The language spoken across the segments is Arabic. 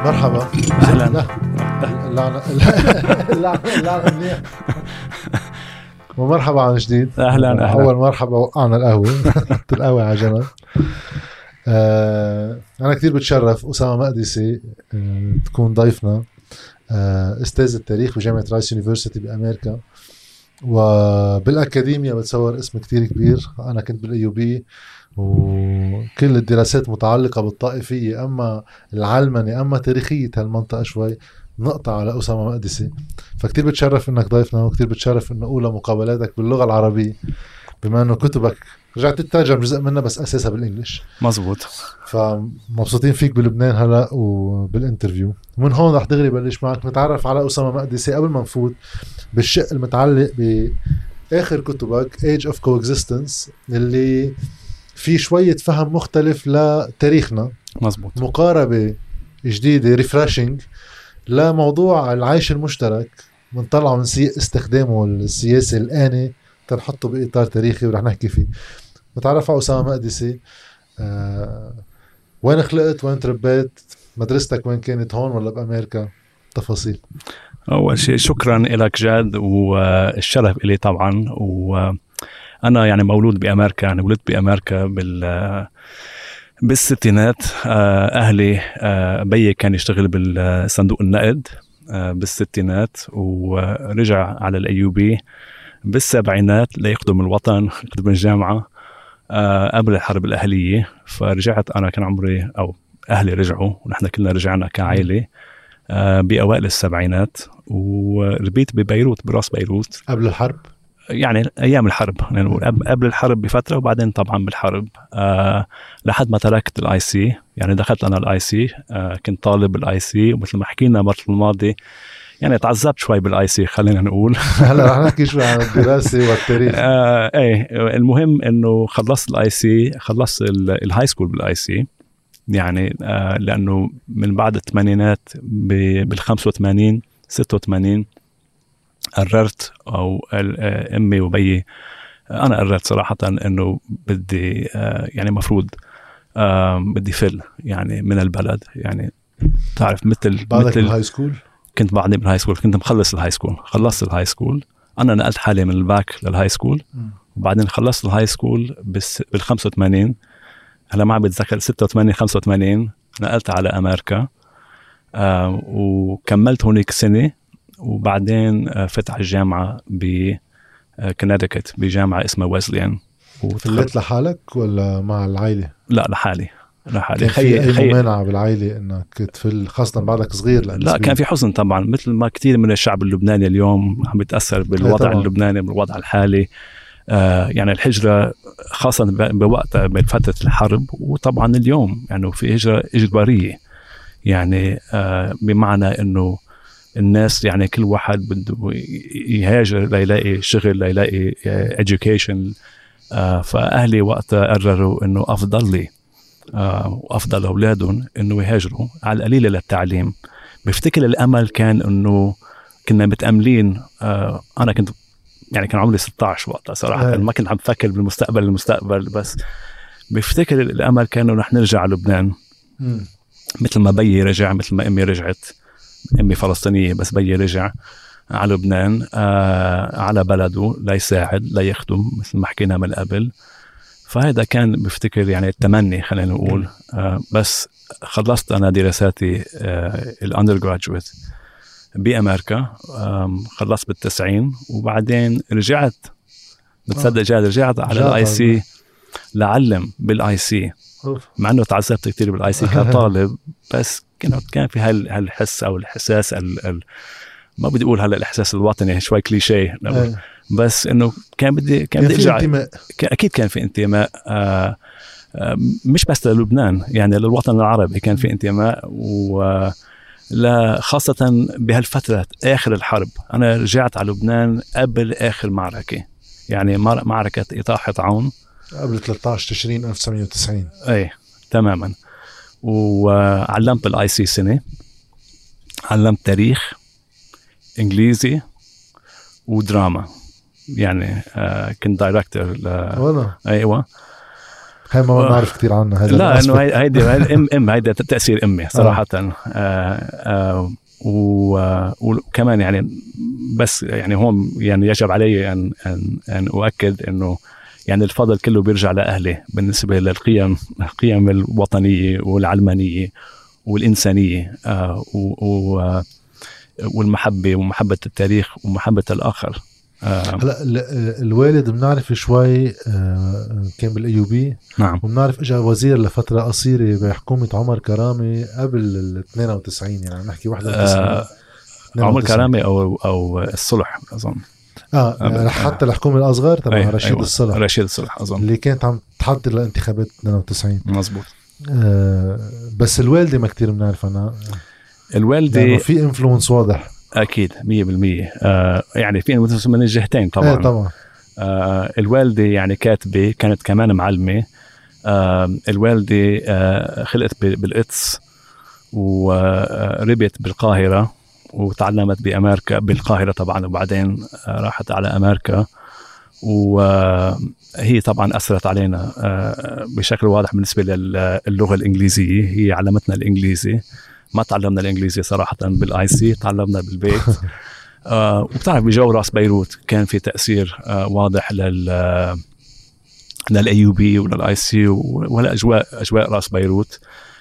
مرحبا. اهلا. لا منيح. ومرحبا عن جديد. اهلا. اول مرحبا وقعنا القهوه. القهوه على جنب. انا كتير بتشرف اسامه مقدسي تكون ضيفنا. استاذ التاريخ بجامعه رايس يونيفرسيتي بامريكا، وبالاكاديميا بتصور اسم كتير كبير. انا كنت بالايوبي وكل الدراسات متعلقة بالطائفية، أما العلمنة أما تاريخية هالمنطقة شوي نقطة على أسامة مقدسي. فكتير بتشرف إنك ضيفنا، وكتير بتشرف إنه أولى مقابلاتك باللغة العربية، بما إنه كتبك رجعت تترجم جزء منها بس أساسها بالإنجليش. مزبوط. فمبسوطين فيك بلبنان هلأ وبالانترفيو. ومن هون رح دغري بلش معك نتعرف على أسامة مقدسي قبل ما نفوت بالشق المتعلق بآخر كتبك Age of Coexistence، اللي في شوية فهم مختلف لتاريخنا. مزبوط. مقاربة جديدة ريفراشينج لموضوع العيش المشترك، منطلع من استخدامه السياسي الآني تنحطه بإطار تاريخي ورح نحكي فيه. نتعرف على أسامة مقدسي. وين خلقت، وين تربيت، مدرستك وين كانت، هون ولا بأمريكا؟ تفاصيل. أول شيء شكرا لك جاد، والشرف إلي طبعا. وأنا يعني مولود بأمريكا، يعني ولدت بأمريكا بالستينات. أهلي بيي كان يشتغل بالصندوق النقد بالستينات، ورجع على الأيوبي بالسبعينات ليخدم الوطن، يخدم الجامعة قبل الحرب الأهلية. فرجعت أنا كان عمري، أو أهلي رجعوا ونحن كلنا رجعنا كعائلة بأوائل السبعينات، وربيت ببيروت، براس بيروت. قبل الحرب؟ يعني أيام الحرب، يعني قبل الحرب بفترة وبعدين طبعا بالحرب. لحد ما تركت الآي سي، يعني دخلت أنا الآي سي. كنت طالب الآي سي، ومثل ما حكينا مرة الماضي يعني تعذبت شوي بالآي سي، خلينا نقول. هلا رح نحكي شوي عن الدراسة والتاريخ. ايه، المهم انه خلصت الآي سي، خلصت الهاي سكول بالآي سي. يعني لأنه من بعد الثمانينات بال85 86 قررت، أو أمي وبيي، أنا قررت صراحة أنه بدي يعني مفروض بدي فل يعني من البلد. يعني تعرف مثل الهاي سكول. كنت بعدني بالهاي سكول، كنت مخلص الهاي سكول، خلصت الهاي سكول. أنا نقلت حالي من الباك للهاي سكول، وبعدين خلصت الهاي سكول بال85. هلا ما بتذكر 86 85 نقلت على أمريكا. وكملت هونيك سنة، وبعدين فتح الجامعة بكناديكت بجامعة اسمها ويزليان. فلت لحالك ولا مع العائلة؟ لا، لحالي. كان في أي ممانعة بالعائلة إنك تفل، خاصة بعدك صغير؟ لا، كان في حزن طبعا، مثل ما كثير من الشعب اللبناني اليوم عم بيتأثر بالوضع اللبناني، بالوضع الحالي. يعني الهجرة خاصة بوقت بفترة الحرب، وطبعا اليوم يعني في هجرة إجبارية. يعني بمعنى إنه الناس يعني كل واحد بده يهاجر ليلاقي شغل، ليلاقي education. فأهلي وقتها قرروا إنه أفضل لي وأفضل أولادهم إنه يهاجروا على القليلة للتعليم. بفتكر الأمل كان إنه كنا متأملين. أنا كنت يعني كان عمري 16 وقتها صراحة. ما كنت عم بفكر بالمستقبل بس بفتكر الأمل كان إنه رح نرجع على لبنان، مثل ما بيي رجع، مثل ما أمي رجعت. أمي فلسطينية بس بيي رجع على لبنان، على بلده ليساعد ليخدم مثل ما حكينا من قبل. فهذا كان بفتكر يعني التمني، خلينا نقول. بس خلصت أنا دراساتي الأندرجراجويت بأمريكا، خلصت بال90، وبعدين رجعت. بتصدق جاد رجعت على الآي سي لعلم بالآي سي، مع أنه تعذبت كتير بالآي سي كطالب. بس كان في هالحس أو الإحساس ما بدي أقول هلا الإحساس الوطني، شوي كليشيه، بس إنه كان بدي أرجع. أكيد كان في انتماء، مش بس للبنان، يعني للوطن العربي كان في انتماء. لا، خاصة بهالفترة آخر الحرب. أنا رجعت على لبنان قبل آخر معركة، يعني معركة إطاحة عون قبل 13 تشرين 1990. أي تماما. وعلمت بالآي سي سنة، علمت تاريخ، إنجليزي ودراما. يعني كنت دايركتور. أيوة. هاي ما نعرف كتير عنها. هذا لا انه هيدي هيدا تاثير امي صراحه. وكمان يعني بس يعني هون يعني يجب علي ان اؤكد انه يعني الفضل كله بيرجع لاهلي بالنسبه للقيم الوطنيه والعلمانيه والانسانيه والمحبه ومحبه التاريخ ومحبه الاخر. هلا الوالد بنعرف شوي كان بالايوبي. نعم. وبنعرف اجى وزير لفتره قصيره بحكومه عمر كرامه قبل ال 92 يعني نحكي 91. عمر كرامه او الصلح اظن. حتى الحكومه الاصغر تبع رشيد الصلح. رشيد الصلح اظن اللي كانت عم تحضر لانتخابات 92. مزبوط. بس الوالده ما كتير بنعرف عنها. الوالده يعني في انفلونس واضح. اكيد 100%. يعني في من الجهتين طبعا. طبعا. الوالده يعني كاتبه، كانت كمان معلمه. الوالده خلقت بالقدس وربيت بالقاهره وتعلمت بامريكا بالقاهره طبعا، وبعدين راحت على امريكا. وهي طبعا اثرت علينا بشكل واضح بالنسبه للغه الانجليزيه. هي علمتنا الانجليزي، ما تعلمنا الانجليزي صراحه بالاي سي، تعلمنا بالبيت. وبتعرف بجو راس بيروت كان في تاثير واضح للايوبي وللاي سي ولا اجواء راس بيروت.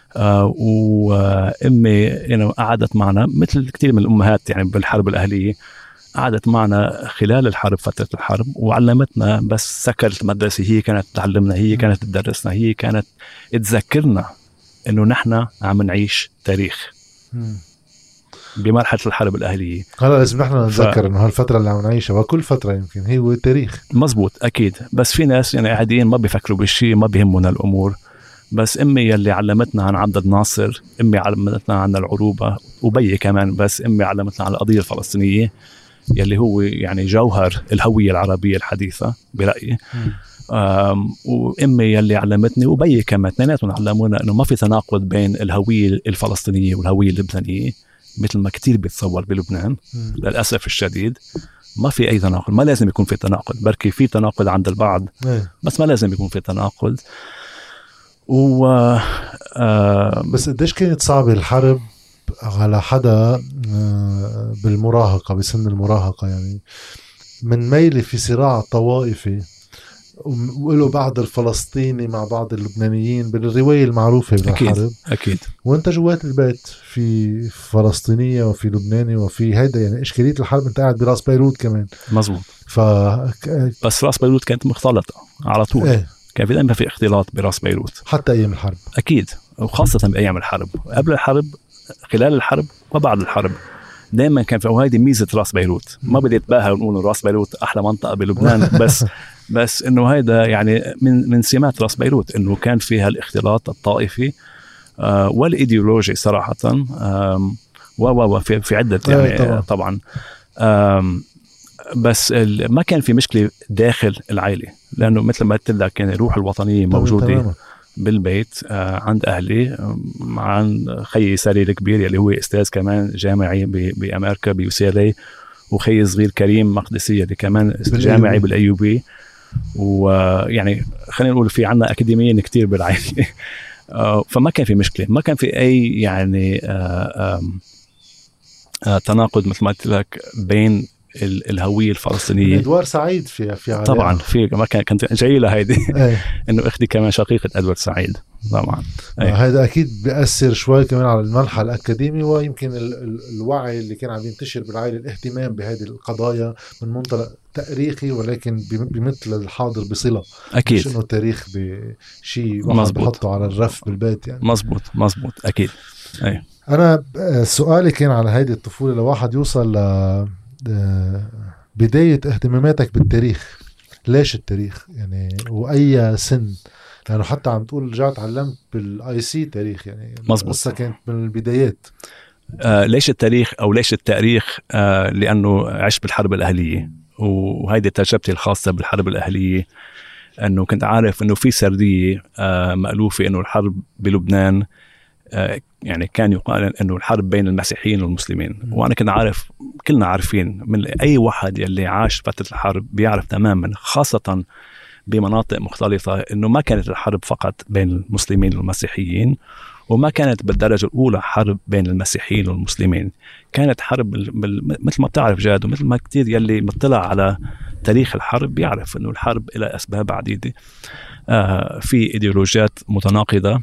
وامي قعدت معنا مثل كثير من الامهات يعني بالحرب الاهليه، قعدت معنا خلال الحرب، فتره الحرب، وعلمتنا. بس سكرت المدرسه، هي كانت تعلمنا، هي كانت تدرسنا، هي كانت تذكرنا انه نحن عم نعيش تاريخ بمرحله الحرب الاهليه. هلا لازم نحن نتذكر انه هالفتره اللي عم نعيشها وكل فتره يمكن هي تاريخ. مزبوط اكيد. بس في ناس يعني قاعدين ما بيفكروا بالشيء، ما بيهمنا الامور. بس امي يلي علمتنا عن عبد الناصر، امي علمتنا عن العروبه، وبي كمان، بس امي علمتنا عن القضيه الفلسطينيه يلي هو يعني جوهر الهويه العربيه الحديثه برايي. وامي يلي علمتني وبي كمان، اثنيناتهم علمونا انه ما في تناقض بين الهويه الفلسطينيه والهويه اللبنانيه مثل ما كتير بيتصور بلبنان. للاسف الشديد ما في اي تناقض، ما لازم يكون في تناقض، بركي في تناقض عند البعض بس ما لازم يكون في تناقض. بس قديش كانت صعبة الحرب على حدا بالمراهقة، بسن المراهقة، يعني من ميلي في صراع طوائفي وله بعض الفلسطيني مع بعض اللبنانيين بالرواية المعروفة بالحرب. أكيد. وانت جوات البيت في فلسطينية وفي لبناني وفي هيدا، يعني إشكالية الحرب انت قاعد براس بيروت كمان. مزبوط. بس راس بيروت كانت مختلطة على طول. كان في دائما في اختلاط براس بيروت حتى أيام الحرب. أكيد، وخاصة بأيام الحرب، قبل الحرب، خلال الحرب، وبعد الحرب. دائما كان في، وهيدي ميزة راس بيروت. ما بدي اتباهى ونقول راس بيروت أحلى منطقة بلبنان بس إنه هيدا يعني من سمات راس بيروت، إنه كان فيها الاختلاط الطائفي والإيديولوجي صراحة. في عدة يعني طبعا. بس ما كان في مشكلة داخل العائلة، لأنه مثل ما قلت لك كان الروح الوطنية موجودة بالبيت عند أهلي، عن خيي ساري الكبير يلي هو أستاذ كمان جامعي بأمريكا بيوسيلي، وخي صغير كريم مقدسي اللي كمان جامعي بالأيوبي. ويعني خلينا نقول في عنا أكاديميين كتير بالعائلة. فما كان في مشكلة، ما كان في أي يعني تناقض مثل ما قلت لك بين الهوية الفلسطينية. إدوار سعيد في طبعا في ما كانت جايلة هيدي. إنه أختي كمان شقيقة إدوار سعيد طبعا. هذا أكيد بيأثر شوي كمان على المنحى الأكاديمي، ويمكن الوعي اللي كان عم ينتشر بالعائلة، الاهتمام بهذه القضايا من منطلق تاريخي، ولكن بمثل الحاضر بصلة. أكيد. مش إنه تاريخ بشيء واحد بحطه على الرف بالبيت يعني. مزبوط أكيد. أنا سؤالي كان على هذه الطفولة، لواحد يوصل بداية اهتماماتك بالتاريخ. ليش التاريخ يعني، وأي سن؟ لأنه حتى عم تقول رجعت علمت بالاي سي تاريخ، يعني مزبوط. كانت من البدايات. ليش التاريخ أو ليش التاريخ؟ لأنه عشت بالحرب الأهلية، وهيدي تجربتي الخاصة بالحرب الأهلية. أنه كنت عارف أنه في سردية مألوفة أنه الحرب بلبنان يعني كان يقال أنه الحرب بين المسيحيين والمسلمين. وأنا كنت عارف، كلنا عارفين، من أي واحد يلي عاش فترة الحرب بيعرف تماما، خاصة بمناطق مختلطة، إنه ما كانت الحرب فقط بين المسلمين والمسيحيين، وما كانت بالدرجة الأولى حرب بين المسيحيين والمسلمين، كانت حرب مثل ما بتعرف جاد، ومثل ما كتير يلي مطلع على تاريخ الحرب بيعرف إنه الحرب إلى أسباب عديدة، في إيديولوجيات متناقضة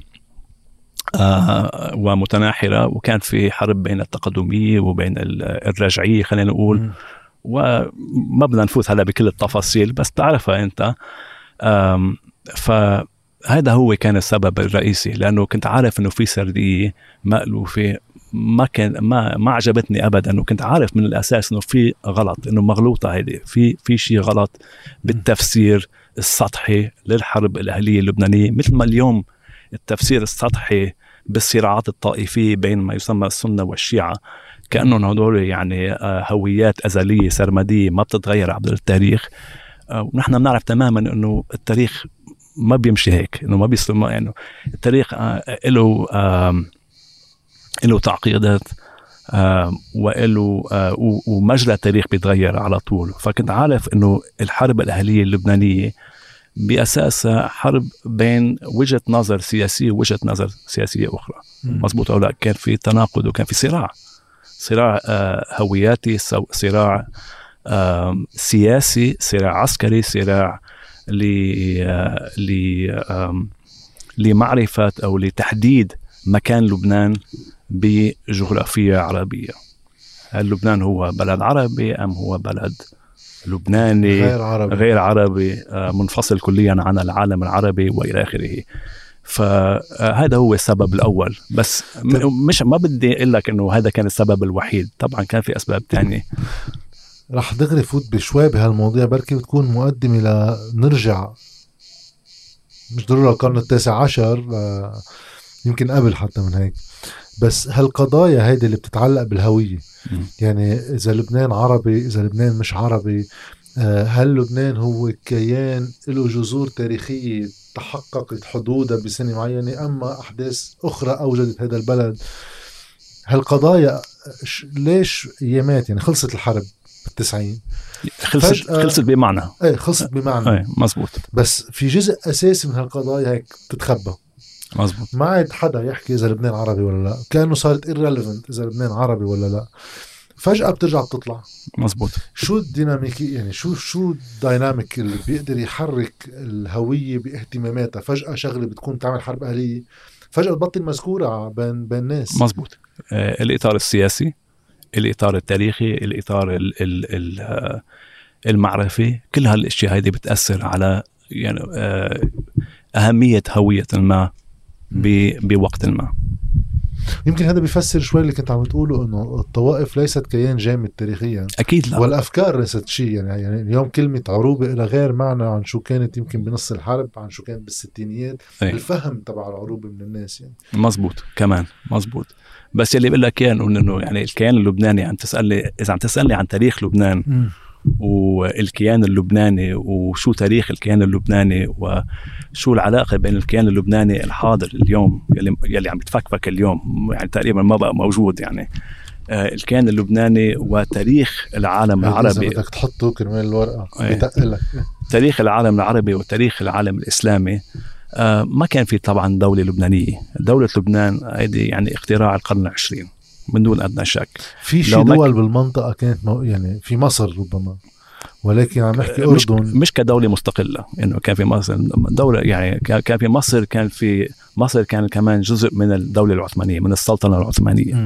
ومتناحرة، وكان في حرب بين التقدمية وبين الرجعية خلينا نقول، وما بدنا نفوت هلا بكل التفاصيل بس تعرفها أنت. فهذا هو كان السبب الرئيسي، لأنه كنت عارف إنه في سردية مألوفة ما عجبتني أبدا، وكنت عارف من الأساس إنه في غلط، إنه مغلوطة هيدي، في شيء غلط بالتفسير السطحي للحرب الأهلية اللبنانية، مثل ما اليوم التفسير السطحي بالصراعات الطائفية بين ما يسمى السنة والشيعة كأنهم هدول يعني هويات أزلية سرمدية ما بتتغير عبر التاريخ. ونحن بنعرف تماما إنه التاريخ ما بيمشي هيك، إنه ما بيسلم، إنه التاريخ له تعقيدات ومجرى التاريخ بيتغير على طول. فكنت عارف إنه الحرب الأهلية اللبنانية بأساسها حرب بين وجهة نظر سياسية ووجهة نظر سياسية أخرى، مظبوط أو لا؟ كان في تناقض وكان في صراع هوياتي، صراع سياسي، صراع عسكري، صراع لمعرفة أو لتحديد مكان لبنان بجغرافية عربية. هل لبنان هو بلد عربي أم هو بلد لبناني غير عربي منفصل كليا عن العالم العربي وإلى آخره؟ فهذا هو السبب الأول، بس مش ما بدي أقول لك إنه هذا كان السبب الوحيد، طبعا كان في أسباب تانية. رح دغري فوت بشوي بهالمواضيع، بركي بتكون مقدمة لنرجع مش ضروري القرن ال19، يمكن قبل حتى من هيك، بس هالقضايا هيدي اللي بتتعلق بالهوية، يعني إذا لبنان عربي إذا لبنان مش عربي، هل لبنان هو كيان له جذور تاريخية تحققت حدودها بسنة معينة، أما أحداث أخرى أوجدت هذا البلد. هالقضايا ليش أيامات يعني خلصت الحرب ب90 خلصت بمعنى خلصت بمعنى مزبوط، بس في جزء أساسي من هالقضايا هيك تتخبى، مزبوط. ما عاد حدا يحكي إذا لبنان عربي ولا لا، كأنه صارت irrelevant إذا لبنان عربي ولا لا، فجأة بترجع بتطلع. مزبوط. شو الديناميكي يعني شو الديناميك اللي بيقدر يحرك الهوية باهتماماتها؟ فجأة شغلة بتكون تعمل حرب أهلية فجأة تبطل مذكورة بين الناس. مزبوط. الإطار السياسي، الإطار التاريخي، الإطار المعرفي، كل هالاشياء هذه بتأثر على يعني أهمية هوية ما بوقت ما. يمكن هذا بيفسر شوي اللي كنت عم تقوله انه الطوائف ليست كيان جامد تاريخيا، اكيد لا، والافكار ليست شيء، يعني اليوم كلمه عروبه إلى غير معنى عن شو كانت يمكن بنص الحرب، عن شو كانت بالستينيات. الفهم تبع العروبه من الناس يعني مزبوط كمان مزبوط. بس اللي بقول لك انه يعني الكيان اللبناني، عم تسالني اذا عم تسالني عن تاريخ لبنان والكيان اللبناني وشو تاريخ الكيان اللبناني وشو العلاقة بين الكيان اللبناني الحاضر اليوم يلي عم يتفكفك اليوم، يعني تقريبا ما بقى موجود، يعني الكيان اللبناني وتاريخ العالم العربي. بدك تحطه كرمال الورقة بتقلك تاريخ العالم العربي وتاريخ العالم الإسلامي. ما كان في طبعا دولة لبنانية. دولة لبنان هذه يعني اختراع القرن العشرين من دون أدنى شك. في شي دول بالمنطقة كانت يعني في مصر ربما، ولكن عم نحكي أردن مش كدولة مستقلة، إنه كان في مصر دولة، يعني كان في مصر، مصر كان كمان جزء من الدولة العثمانية، من السلطنة العثمانية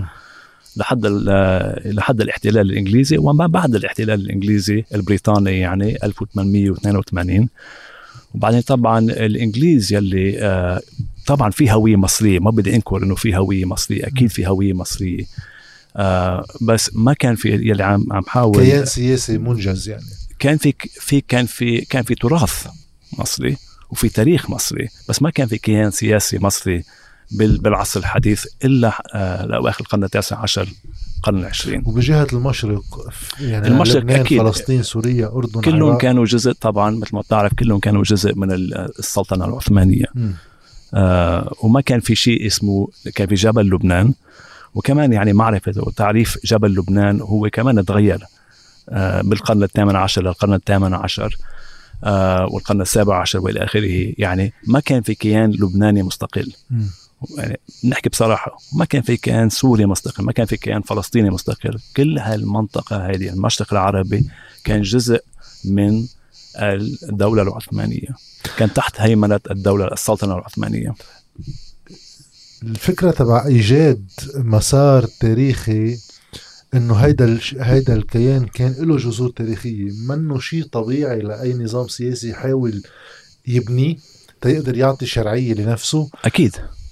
لحد الاحتلال الإنجليزي، وما بعد الاحتلال الإنجليزي البريطاني يعني 1882. وبعدين طبعا الإنجليز يلي طبعا في هوية مصرية، ما بدي أنكر إنه في هوية مصرية، أكيد في هوية مصرية، بس ما كان في يلي عم حاول كيان سياسي منجز، يعني كان في تراث مصري وفي تاريخ مصري، بس ما كان في كيان سياسي مصري بالعصر الحديث إلا لأواخر القرن ال19 القرن العشرين. وبجهة المشرق يعني المشرق لبنان أكيد، فلسطين سوريا أردن كلهم عراق. كانوا جزء طبعا مثل ما تعرف، كلهم كانوا جزء من السلطنة العثمانية. وما كان في شيء اسمه كان في جبل لبنان. وكمان يعني معرفة وتعريف جبل لبنان هو كمان تغير بالقرن ال18 للقرن ال18. والقرن السابع عشر والى اخره، يعني ما كان في كيان لبناني مستقل. يعني نحكي بصراحة، ما كان في كيان سوري مستقل، ما كان في كيان فلسطيني مستقل. كل هالمنطقة هذه المشرق العربي كان جزء من الدولة العثمانية، كان تحت هيمنة السلطنة العثمانية. الفكرة تبع إيجاد مسار تاريخي إنه هيدا الكيان كان له جذور تاريخية، منه شيء طبيعي لأي نظام سياسي يحاول يبنيه تيقدر يعطي شرعية لنفسه. أكيد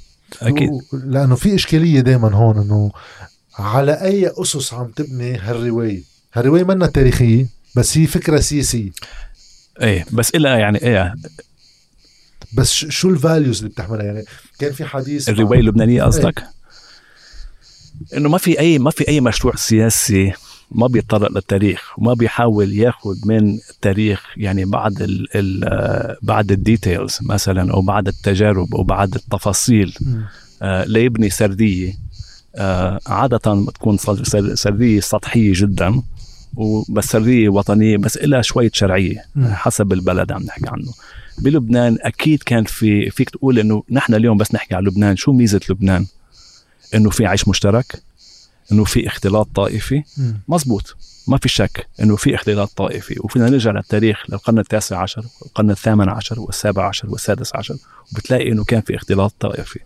لأنه في إشكالية دايما هون، إنه على أي أسس عم تبني هالرواية منها تاريخية بس هي فكرة سياسية. إيه بس إلا يعني إيه، بس شو الفاليوز اللي بتحملها؟ يعني كان في حديث الرواية اللبنانية قصدك؟ إنه ما في أي مشروع سياسي ما بيتطرق للتاريخ وما بيحاول ياخد من التاريخ، يعني بعد الديتيلز مثلا أو بعد التجارب أو بعد التفاصيل ليبني سردية. عادة تكون سردية سطحية جدا، وبس سردية وطنية بس إلها شوية شرعية حسب البلد عم نحكي عنه. بلبنان أكيد كان فيك تقول إنه نحن اليوم بس نحكي عن لبنان، شو ميزة لبنان؟ إنه في عيش مشترك، إنه في اختلاط طائفي. مزبوط، ما في شك إنه في اختلاط طائفي، وفينا نرجع للتاريخ للقرن التاسع عشر والقرن الثامن عشر والسابع عشر والسادس عشر وبتلاقي إنه كان في اختلاط طائفي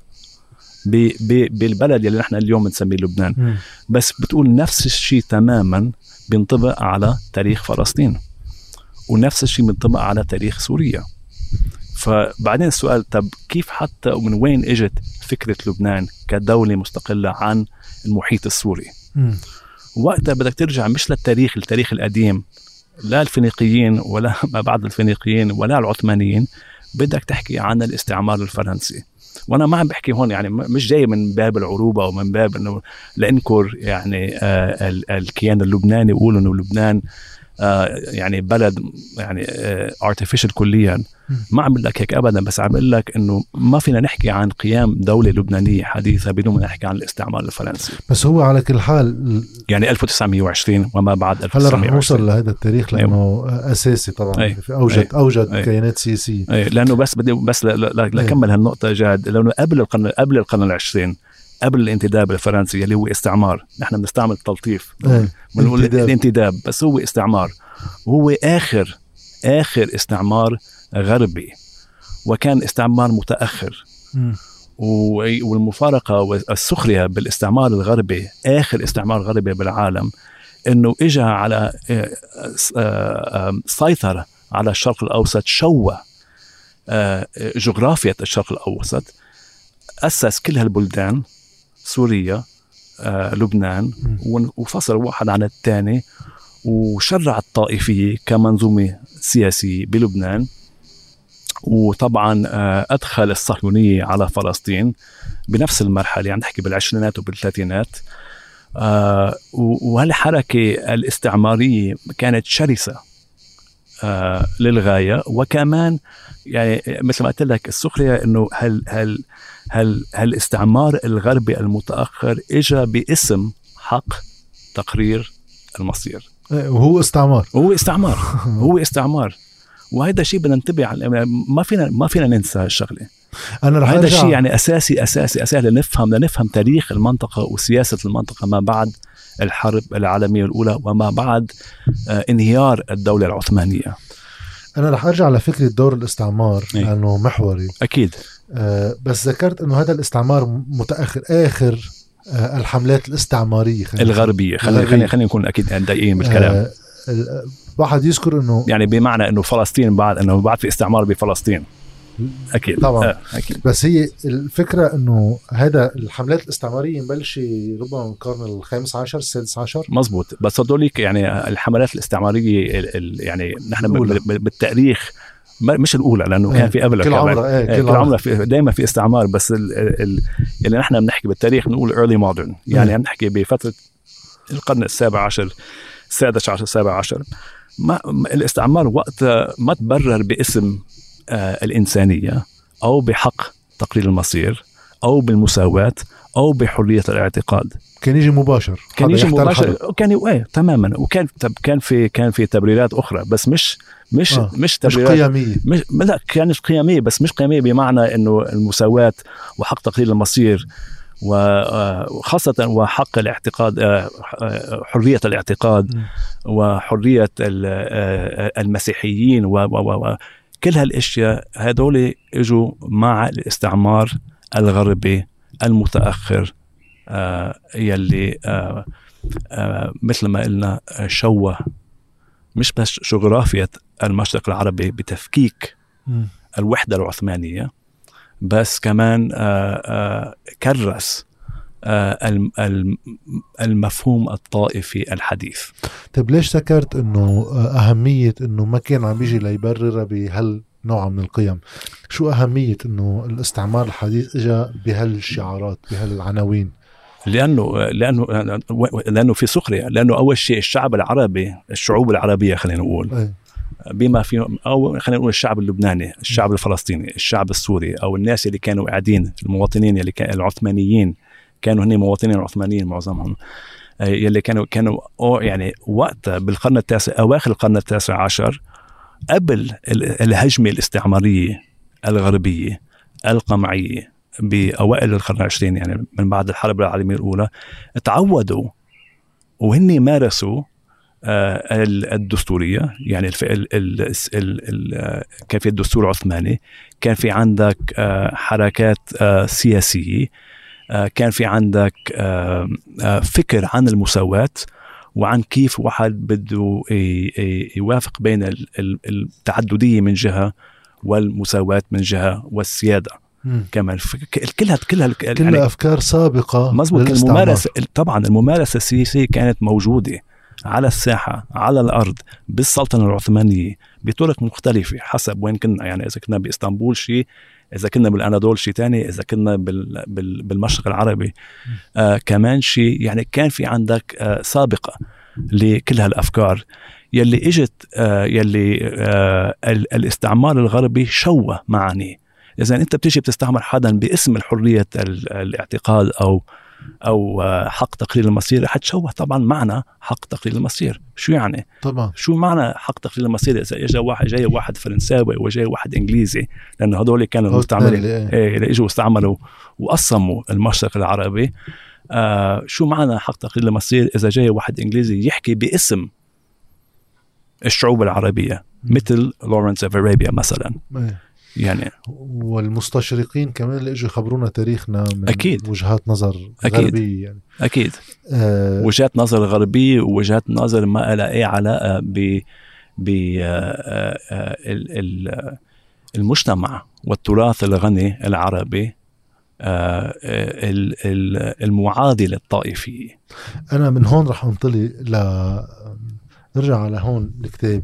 بالبلد اللي نحن اليوم نسميه لبنان. بس بتقول نفس الشيء تماما بينطبق على تاريخ فلسطين، ونفس الشيء بينطبق على تاريخ سوريا. فبعدين السؤال، طب كيف حتى ومن وين اجت فكرة لبنان كدولة مستقلة عن المحيط السوري؟ وقتها بدك ترجع مش للتاريخ القديم، لا الفينيقيين ولا ما بعد الفينيقيين ولا العثمانيين، بدك تحكي عن الاستعمار الفرنسي. وانا ما عم بحكي هون يعني مش جاي من باب العروبة او من باب انه لانكر يعني الكيان اللبناني وقولوا انه لبنان يعني بلد يعني artificial كليا. ما عم بقول لك هيك ابدا، بس عم بقول لك انه ما فينا نحكي عن قيام دولة لبنانية حديثة بدون ما نحكي عن الاستعمار الفرنسي. بس هو على كل حال يعني 1920 وما بعد 1920 هلا رح نوصل لهذا التاريخ لانه اساسي طبعا. اوجد كيانات سياسية. لانه بس لكمل هالنقطة جاد، لانه قبل القرن العشرين، قبل الانتداب الفرنسي اللي هو استعمار، نحن بنستعمل التلطيف بنقول الانتداب، بس هو استعمار، وهو آخر استعمار غربي، وكان استعمار متأخر. والمفارقة والسخرية بالاستعمار الغربي، آخر استعمار غربي بالعالم، إنه إجا على سيطر على الشرق الأوسط، شوه جغرافية الشرق الأوسط، أسس كل هالبلدان، سوريا، لبنان، وفصل واحد عن الثاني، وشرع الطائفية كمنظومة سياسية بلبنان. وطبعا أدخل الصهيونية على فلسطين بنفس المرحلة، يعني نحكي بالعشرينات وبالثلاثينات. وهالحركة الاستعمارية كانت شرسة للغاية. وكمان يعني مثل ما قلت لك السخرية إنه هالاستعمار الغربي المتأخر إجا باسم حق تقرير المصير، وهو استعمار. هو استعمار. وهذا شيء بدنا ننتبه على، ما فينا ننسى الشغله. هذا الشيء يعني اساسي لنفهم تاريخ المنطقه وسياسه المنطقه ما بعد الحرب العالميه الاولى وما بعد انهيار الدوله العثمانيه. انا رح ارجع لفكره دور الاستعمار لانه محوري اكيد. بس ذكرت انه هذا الاستعمار متاخر، اخر الحملات الاستعماريه الغربيه. خلينا نكون اكيد دقيقين بالكلام. واحد يذكر انه يعني بمعنى انه فلسطين بعد في استعمار بفلسطين اكيد طبعا. أكيد. بس هي الفكره انه هذا الحملات الاستعماريه مبلشه ربما من القرن الخامس عشر السادس عشر. مزبوط. بس هذوليك يعني الحملات الاستعماريه يعني نحن بالتاريخ مش الاولى، لانه كان في قبل كل عمره دائما في استعمار. بس اللي نحن بنحكي بالتاريخ نقول early modern، يعني عم نحكي بفتره القرن السابع عشر، السادس عشر، السابع عشر. الاستعمار وقت ما تبرر باسم الإنسانية أو بحق تقرير المصير أو بالمساواة أو بحرية الاعتقاد. كان يجي مباشر كان تماما. وكان كان في تبريرات أخرى، بس مش تبريرات قيمية. لا، كانت قيمية، بس مش قيمية بمعنى إنه المساواة وحق تقرير المصير وخاصة وحق الاعتقاد، حرية الاعتقاد وحرية المسيحيين كل هالاشياء هذول اجوا مع الاستعمار الغربي المتأخر، يلي مثل ما قلنا شوه مش بس جغرافيا المشرق العربي بتفكيك الوحدة العثمانية، بس كمان كرس المفهوم الطائفي الحديث. طيب ليش ذكرت انه اهمية انه ما كان عم بيجي ليبرر بهالنوع من القيم؟ شو اهمية انه الاستعمار الحديث اجا بهالشعارات بهالعناوين؟ لانه في سخرية. لانه اول شيء الشعب العربي، الشعوب العربية خلينا نقول بما فيه، او خلينا نقول الشعب اللبناني، الشعب الفلسطيني، الشعب السوري، او الناس اللي كانوا قاعدين، المواطنين اللي كانوا العثمانيين، كانوا هن مواطنين عثمانيين معظمهم، يلي كانوا يعني وقت بالقرن التاسع، اواخر القرن التاسع عشر، قبل الهجمة الاستعمارية الغربية القمعية بأوائل القرن العشرين، يعني من بعد الحرب العالمية الأولى، تعودوا وهن مارسوا الدستورية. يعني كان في الدستور العثماني، كان في عندك حركات سياسية، كان في عندك فكر عن المساواة وعن كيف واحد بده يوافق بين التعددية من جهة والمساواة من جهة والسيادة كمان. كلها يعني أفكار سابقة. مزبوط. الممارسة طبعا، الممارسة السياسية كانت موجودة على الساحة، على الأرض، بالسلطنة العثمانية بطرق مختلفة حسب وين كنا. يعني إذا كنا بإسطنبول شيء، إذا كنا بالأناضول شيء تاني، إذا كنا بالمشرق العربي كمان شيء. يعني كان في عندك سابقة لكل هالأفكار يلي إجت، يلي الاستعمار الغربي شوه معاني. إذا أنت بتيجي بتستعمر حدا باسم الحرية الاعتقاد أو حق تقرير المصير، حتشوه طبعا معنى حق تقرير المصير. شو يعني؟ طبعا شو معنى حق تقرير المصير إذا جاي واحد فرنساوي وجاي واحد إنجليزي؟ لأنه هذول كانوا مستعمرين، اللي إجوا استعملوا وقسموا المشرق العربي. شو معنى حق تقرير المصير إذا جاي واحد إنجليزي يحكي باسم الشعوب العربية مثل لورنس اوف ارابيا مثلا؟ يعني والمستشرقين كمان اللي اجوا يخبرونا تاريخنا من أكيد. وجهات نظر غربية. يعني أكيد وجهات نظر غربية، ووجهات نظر ما لها أي علاقة المجتمع والتراث الغني العربي المعادلة الطائفية. أنا من هون رح أنطلي نرجع على هون الكتاب.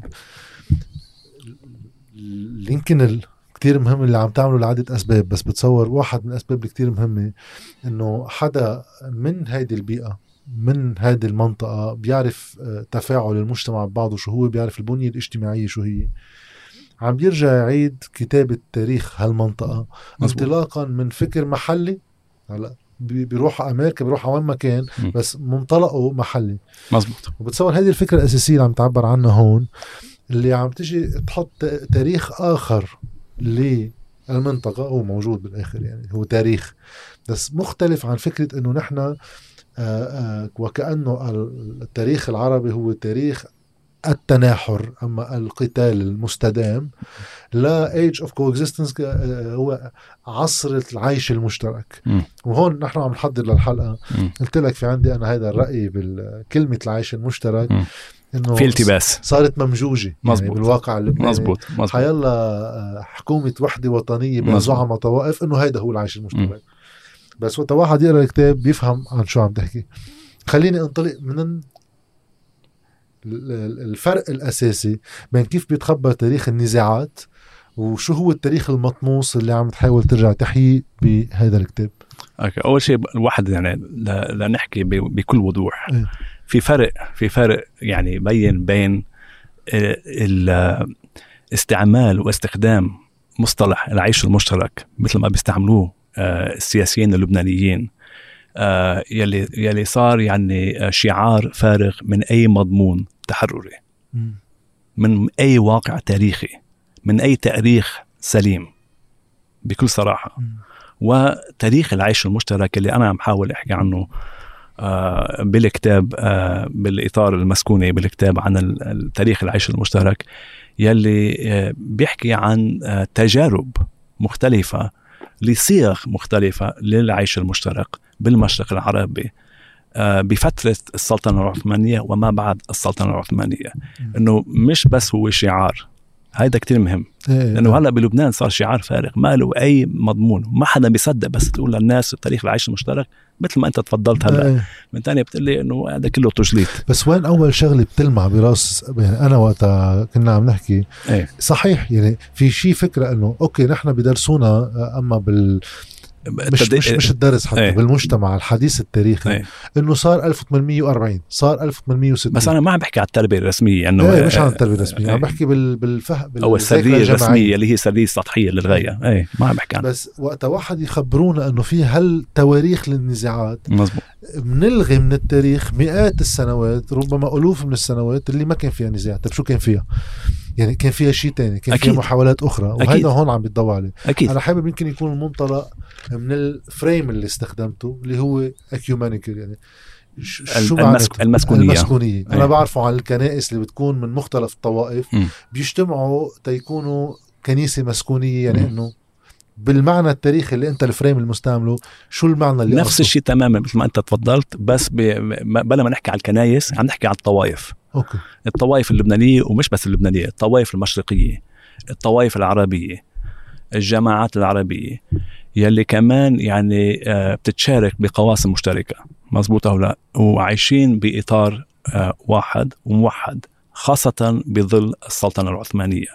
يمكن كتير مهم اللي عم تعمله لعدة أسباب، بس بتصور واحد من الأسباب اللي كتير مهمة إنه حدا من هيدي البيئة، من هيدي المنطقة، بيعرف تفاعل المجتمع ببعضه شو هو، بيعرف البنية الاجتماعية شو هي، عم بيرجع يعيد كتابة تاريخ هالمنطقة انطلاقا من فكر محلي. هلا بيروح أمريكا، بيروح وين ما كان، بس منطلقه محلي. مزبوط. وبتصور هذه الفكرة الأساسية اللي عم تعبر عنها هون، اللي عم تجي تحط تاريخ آخر للمنطقة. هو موجود بالآخر، يعني هو تاريخ بس مختلف عن فكرة أنه نحن وكأنه التاريخ العربي هو تاريخ التناحر، أما القتال المستدام لا age of coexistence هو عصر العيش المشترك. وهون نحن عم نحضر للحلقة قلت لك في عندي أنا هذا الرأي بالكلمة العيش المشترك، إنه في التباس صارت ممجوجة يعني بالواقع اللبناني. مزبوط. حيلا حكومة وحدة وطنية بزعمة طوائف إنه هذا هو العيش المشترك. بس وقت واحد يقرأ الكتاب بيفهم عن شو عم تحكي. خليني انطلق من الفرق الأساسي بين كيف بيتخبر تاريخ النزاعات وشو هو التاريخ المطموس اللي عم تحاول ترجع تحييه بهذا الكتاب. أول شيء الواحد يعني لنحكي بكل وضوح، في فرق يعني بين الاستعمال واستخدام مصطلح العيش المشترك مثل ما بيستعملوه السياسيين اللبنانيين يلي صار يعني شعار فارغ من أي مضمون تحرري، من أي واقع تاريخي، من أي تاريخ سليم بكل صراحة. وتاريخ العيش المشترك اللي أنا عم حاول أحكي عنه بالكتاب، بالإطار المسكوني بالكتاب عن التاريخ العيش المشترك، يلي بيحكي عن تجارب مختلفة لصيغ مختلفة للعيش المشترك بالمشرق العربي بفترة السلطنة العثمانية وما بعد السلطنة العثمانية. إنه مش بس هو شعار، هيدا كتير مهم، لأنه هلأ بلبنان صار شعار فارغ ما له أي مضمون، ما حدا بيصدق بس تقول للناس تاريخ العيش المشترك مثل ما أنت تفضلت هلأ. من تانية بتقلي إنه هذا كله تجليط. بس وين أول شغلة بتلمع براس يعني أنا وقتها كنا عم نحكي صحيح يعني في شيء فكرة إنه أوكي نحن بدرسونا أما مش الدرس حتى بالمجتمع الحديث التاريخي انه صار 1840 صار 1860. بس انا ما عم بحكي على التربيه الرسميه، انه مش عن التربيه الرسميه، عم بحكي بالفهم او السرديه الرسميه اللي هي سرديه سطحيه للغايه. ما عم بحكي عنها. بس وقت واحد يخبرونا انه في هالتواريخ للنزاعات مزبوط، بنلغي من التاريخ مئات السنوات ربما الوف من السنوات اللي ما كان فيها نزاع. طب شو كان فيها؟ يعني كان فيها شيء تاني، كان فيها محاولات أخرى، وهذا هون عم بيتضوى عليه. أنا حابب يمكن يكون المنطلق من الفريم اللي استخدمته اللي هو اكيومانيكال، يعني شو المسكونية. أنا بعرفه عن الكنائس اللي بتكون من مختلف الطوائف بيجتمعوا تيكونوا كنيسة مسكونية، يعني إنه بالمعنى التاريخي اللي أنت الفريم المستعمله شو المعنى اللي نفس الشيء تماما مثل ما أنت تفضلت، بس بلا ما نحكي على الكنائس عم نحكي على الطوائف. أوكي. الطوائف اللبنانية ومش بس اللبنانية، الطوائف المشرقية، الطوائف العربية، الجماعات العربية يلي كمان يعني بتتشارك بقواسم مشتركة، مزبوط أو لا، وعايشين بإطار واحد وموحد، خاصة بظل السلطنة العثمانية.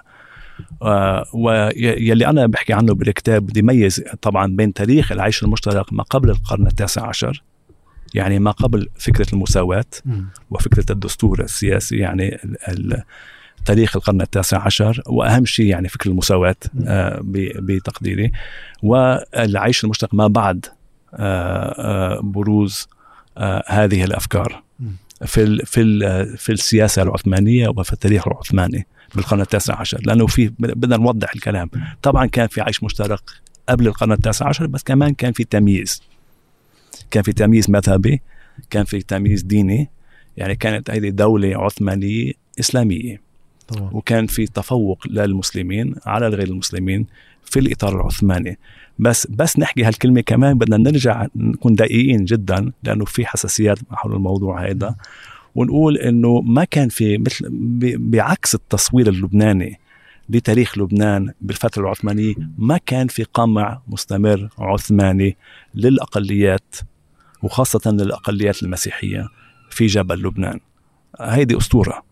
ويلي أنا بحكي عنه بالكتاب بدي ميز طبعا بين تاريخ العيش المشترك ما قبل القرن 19، يعني ما قبل فكرة المساواة وفكرة الدستور السياسي، يعني تاريخ القرن 19، وأهم شيء يعني فكرة المساواة بتقديري، والعيش المشترك ما بعد بروز هذه الأفكار في السياسة العثمانية وفي التاريخ العثماني بالقرن 19. لأنه بدنا نوضح الكلام. طبعا كان في عيش مشترك قبل القرن 19، بس كمان كان في تمييز، كان في تمييز مذهبي، كان في تمييز ديني، يعني كانت هذه دولة عثمانية إسلامية طبعا. وكان في تفوق للمسلمين على غير المسلمين في الإطار العثماني. بس نحكي هالكلمة كمان بدنا نرجع نكون دقيقين جدا، لأنه في حساسيات حول الموضوع هذا، ونقول إنه ما كان في مثل بعكس التصوير اللبناني لتاريخ لبنان بالفترة العثمانية، ما كان في قمع مستمر عثماني للأقليات وخاصة للأقليات المسيحية في جبل لبنان. هيدي أسطورة.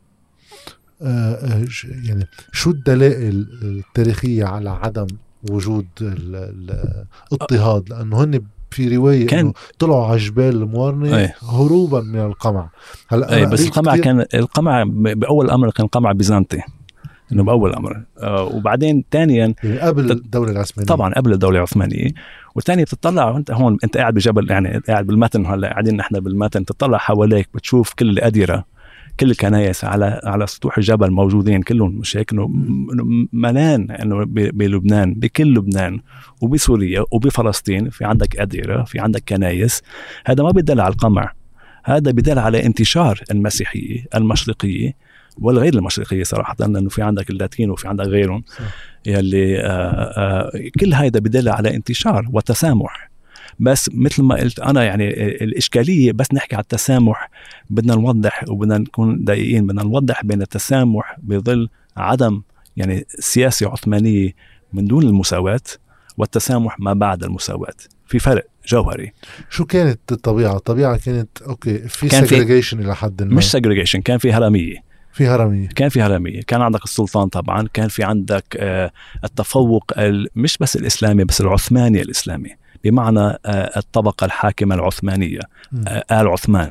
يعني شو الدلائل التاريخية على عدم وجود الاضطهاد؟ لأنه هن في رواية إنه طلعوا على جبال الموارنة هروبا من القمع. هلا بس القمع كان بأول أمر كان قمع بيزنطي، إنه بأول أمر، وبعدين ثانيا يعني قبل الدولة العثمانية. طبعا قبل الدولة العثمانية. والثانية بتطلع أنت هون، أنت قاعد بجبل، يعني قاعد بالمتن، هلا قاعدين نحن بالمتن، تطلع حواليك بتشوف كل الأديرة، كل الكنايس على سطوح الجبل موجودين كلهم، مش هيك؟ إنه ملان إنه بلبنان، بكل لبنان وبسوريا وبفلسطين في عندك أديرة، في عندك كنايس. هذا ما بيدل على القمع، هذا بيدل على انتشار المسيحية المشرقية والغير المشرقية صراحة، لأنه في عندك اللاتين وفي عندك غيرهم يلي كل هذا بدل على انتشار وتسامح. بس مثل ما قلت أنا، يعني الإشكالية بس نحكي على التسامح، بدنا نوضح وبدنا نكون دقيقين، بدنا نوضح بين التسامح بظل عدم يعني سياسة عثمانية من دون المساواة والتسامح ما بعد المساواة. في فرق جوهري. شو كانت الطبيعة؟ الطبيعة كانت أوكي في segregation إلى حد ما، مش segregation، كان في هرمية. كان في هرمية، كان عندك السلطان طبعا، كان في عندك التفوق مش بس الإسلامي بس العثماني الإسلامي، بمعنى الطبقة الحاكمة العثمانية، آل عثمان،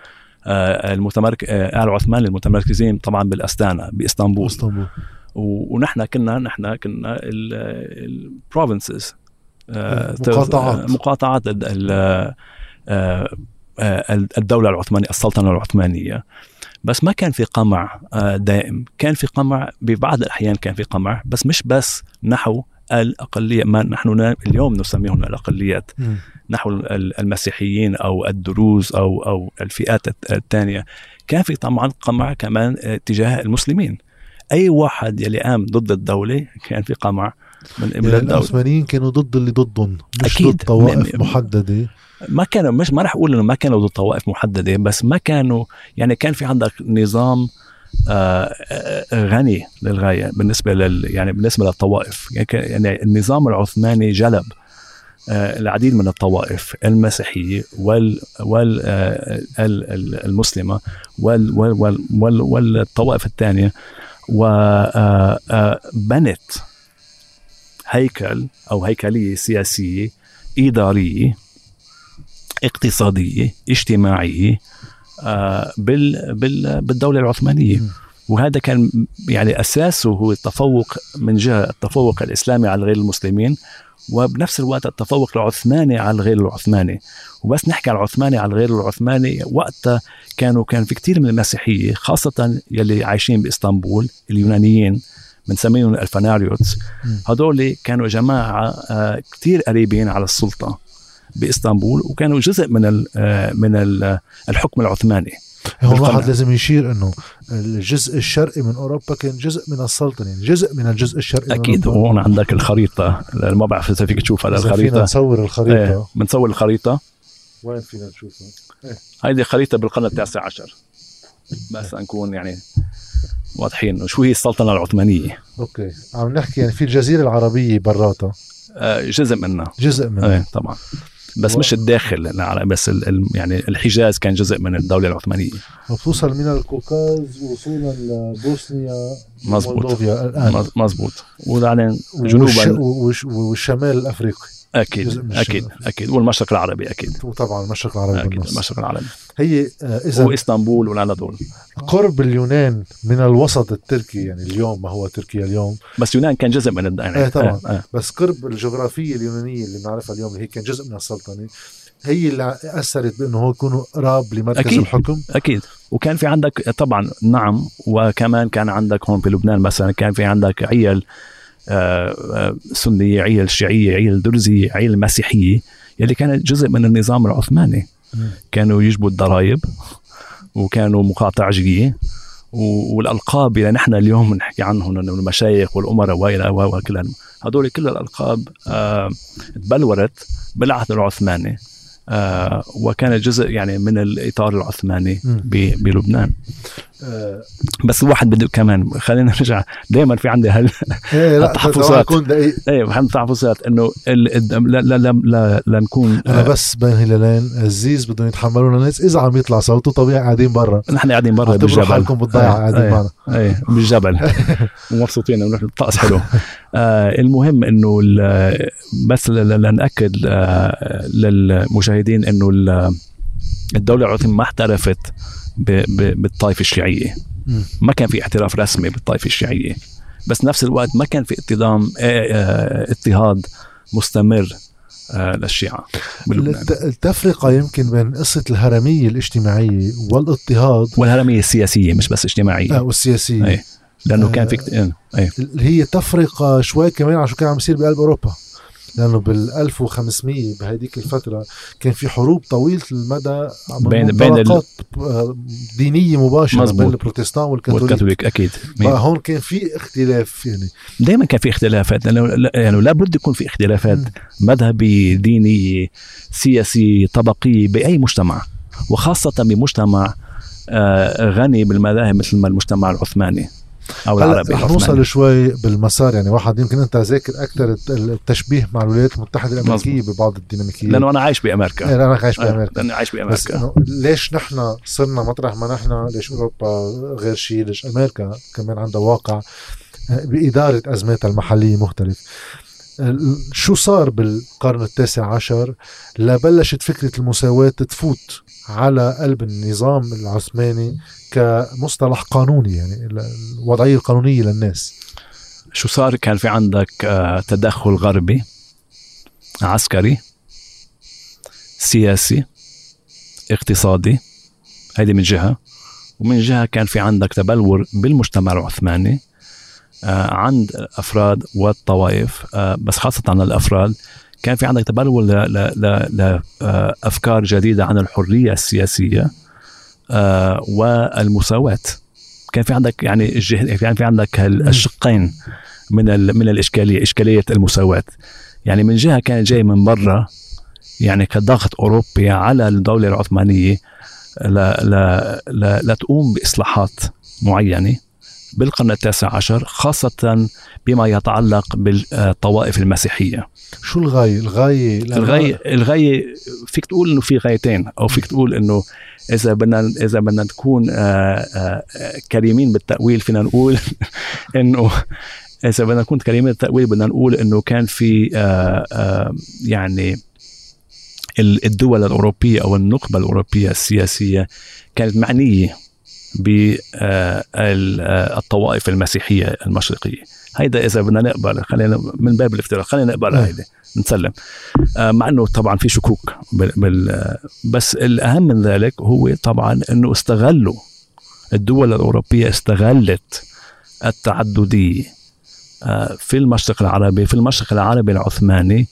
آل عثمان المتمركزين طبعا بالأستانة بإسطنبول. ونحن كنا البروفنسز، مقاطعات الدولة العثمانية، السلطنة العثمانية. بس ما كان في قمع دائم، كان في قمع ببعض الأحيان، كان في قمع بس مش بس نحو الأقلية، ما نحن اليوم نسميهم الأقليات، نحو المسيحيين أو الدروز أو الفئات الثانية. كان في طبعا قمع كمان تجاه المسلمين. أي واحد يلي قام ضد الدولة كان في قمع من يعني العثمانيين كانوا ضد اللي ضدهم، مش ضد طوائف محددة. ما كانوا، مش ما رح أقول إنه ما كانوا ضد طوائف محددة، بس ما كانوا، يعني كان في عندك نظام غني للغاية بالنسبة يعني بالنسبة للطوائف. يعني النظام العثماني جلب العديد من الطوائف المسيحية والمسلمة والطوائف الثانية، وبنت هيكل أو هيكلية سياسية إدارية اقتصادية اجتماعية بالدولة العثمانية. وهذا كان يعني أساسه هو التفوق، من جهة التفوق الإسلامي على غير المسلمين، وبنفس الوقت التفوق العثماني على غير العثماني. وبس نحكي على العثماني على غير العثماني، وقتها كان في كتير من المسيحية، خاصة يلي عايشين بإسطنبول، اليونانيين بنسميهم الفناريوتس. هذول كانوا جماعة كتير قريبين على السلطة بإسطنبول، وكانوا جزء من الحكم العثماني. هو الواحد لازم يشير انه الجزء الشرقي من اوروبا كان جزء من السلطنة، يعني جزء من الجزء الشرقي اكيد. وهون عندك الخريطة، ما بعرف اذا فيك تشوفها الخريطة. فينا نصور الخريطة. بنصور الخريطة. وين فينا نشوفها؟ هيدي خريطة بالقرن 19 بس نكون يعني واضحين شو هي السلطنة العثمانية. اوكي، عم نحكي يعني في الجزيرة العربية براتها جزء منها طبعا، بس مش الداخل، بس يعني الحجاز كان جزء من الدولة العثمانية. وتوصل من القوقاز وصولا لبوسنيا ومولدوفيا الآن. مزبوط. وبعدين جنوبا والشمال الأفريقي. أكيد والمشرق العربي أكيد. وطبعا المشرق العربي بالنص. المشرق العربي هي إذا وإسطنبول والأناضول. قرب اليونان من الوسط التركي، يعني اليوم ما هو تركيا اليوم، بس يونان كان جزء من يعني طبعا بس قرب الجغرافية اليونانية اللي بنعرفها اليوم، اللي هي كان جزء من السلطنة، هي اللي أثرت بأنه هو يكونوا قراب لمركز الحكم. أكيد. وكان في عندك طبعا نعم، وكمان كان عندك هون في لبنان مثلا كان في عندك عيال سنية، عيال شيعية، عيال درزية، عيال مسيحية، يلي كانت جزء من النظام العثماني. كانوا يجبوا الضرائب، وكانوا مقاطعجية، والألقاب اللي نحن اليوم نحكي عنهم، المشايخ والأمراء وإلى كلها، هذول كل الألقاب تبلورت بالعهد العثماني، وكانت جزء يعني من الإطار العثماني بلبنان. بس الواحد بده كمان، خلينا نرجع، دائما في عندي التحفظات. التحفظات انه لا نكون انا بس بين هلالين الزيز بدهم يتحملونا الناس اذا عم يطلع صوته طبيعي قاعدين برا. نحن قاعدين برا بالجبل، حالكم بالضيعه قاعدين معنا بالجبل ومبسوطين ونروح الطقس حلو. المهم انه بس لنأكد للمشاهدين انه الدولة العثمانية ما احترفت بالطائفة الشيعية. ما كان في احتراف رسمي بالطائفة الشيعية، بس نفس الوقت ما كان في اضطهاد مستمر للشيعة بلبنان. التفرقة يمكن بين قصة الهرمية الاجتماعية والاضطهاد، والهرمية السياسية مش بس اجتماعية. والسياسية لأنه كان في هي تفرقة شوي كمان على شو كان عم يصير بقلب أوروبا، لأنه بال1500 بهديك الفترة كان في حروب طويلة المدى بين دينية مباشرة بين البروتستان والكاثوليك. أكيد. هون كان في اختلاف، يعني دائما كان في اختلافات، يعني لابد يكون في اختلافات مذهبية، دينية، سياسية، طبقية بأي مجتمع، وخاصة بمجتمع غني بالمذاهب مثل ما المجتمع العثماني أو العربي. رح نوصل شوي بالمسار، يعني واحد يمكن أنت ذاكر أكثر التشبيه مع الولايات المتحدة الأمريكية ببعض الديناميكية، لأنه أنا عايش بأمريكا. أنا عايش بأمريكا. أنا عايش بأمريكا. بس ليش نحن صرنا مطرح ما نحن؟ ليش أوروبا غير شيء؟ ليش أمريكا كمان عندها واقع بإدارة أزماتها المحلية مختلف؟ شو صار بالقرن 19 لبلشت فكرة المساواة تفوت على قلب النظام العثماني كمصطلح قانوني، يعني الوضعية القانونية للناس؟ شو صار؟ كان في عندك تدخل غربي عسكري، سياسي، اقتصادي، هذه من جهة. ومن جهة كان في عندك تبلور بالمجتمع العثماني عند الأفراد والطوائف، بس خاصة عن الأفراد كان في عندك تبلور لأفكار جديدة عن الحرية السياسية والمساواة. كان في عندك يعني كان في عندك الشقين من الإشكالية، إشكالية المساواة. يعني من جهة كان جاي من برا يعني كضغط أوروبي على الدولة العثمانية لا تقوم بإصلاحات معينة بالقرن التاسع عشر، خاصة بما يتعلق بالطوائف المسيحية. شو الغاية؟ الغاية فيك تقول إنه في غايتين، أو فيك تقول إنه إذا بدنا نكون كريمين بالتأويل فينا نقول إنه إذا بدنا نكون كريمين بالتأويل بدنا نقول إنه كان في يعني الدول الأوروبية أو النخبة الأوروبية السياسية كانت معنية بالطوائف المسيحية المشرقية. هيدا إذا بدنا نقبل، خلينا من باب الافتراض خلينا نقبل هيدا نسلم، مع أنه طبعا في شكوك بس الأهم من ذلك هو طبعا أنه استغلوا الدول الأوروبية، استغلت التعددية في المشرق العربي، في المشرق العربي العثماني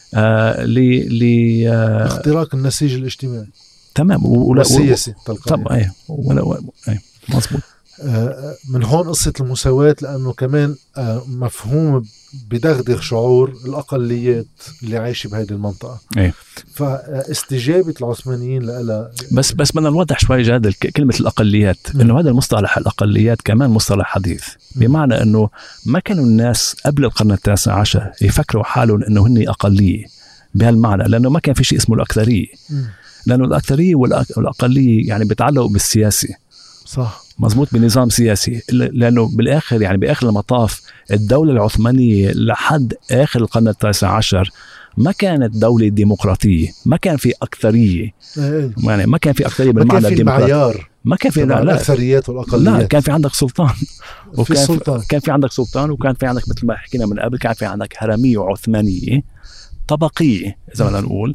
اختراق النسيج الاجتماعي. تمام. والسياسي طبعا ايه مظبوط. من هون قصة المساواة، لأنه كمان مفهوم بدغدغ شعور الأقليات اللي عايشة بهذه المنطقة. ايه. فاستجابة العثمانيين لها بس بدنا نوضح شوي جاد كلمة الأقليات، إنه هذا المصطلح الأقليات كمان مصطلح حديث، بمعنى إنه ما كانوا الناس قبل القرن التاسع عشر يفكروا حالهم إنه هن أقلية بهالمعنى، لأنه ما كان في شيء اسمه الأكثرية. لأنه الأكثرية والأقلية يعني بيتعلقوا بالسياسي. صح مزبوط، بنظام سياسي، لأنه بالآخر يعني بآخر المطاف الدولة العثمانية لحد آخر القرن التاسع عشر ما كانت دولة ديمقراطية، ما كان في أكثرية. يعني ما كان في أكثرية بالمعنى الديمقراطي، ما كان في الأكثريات والأقليات. لا، كان في عندك سلطان كان في عندك سلطان، وكان في عندك مثل ما حكينا من قبل كان في عندك هرمية وعثمانية طبقية إذا بدنا نقول،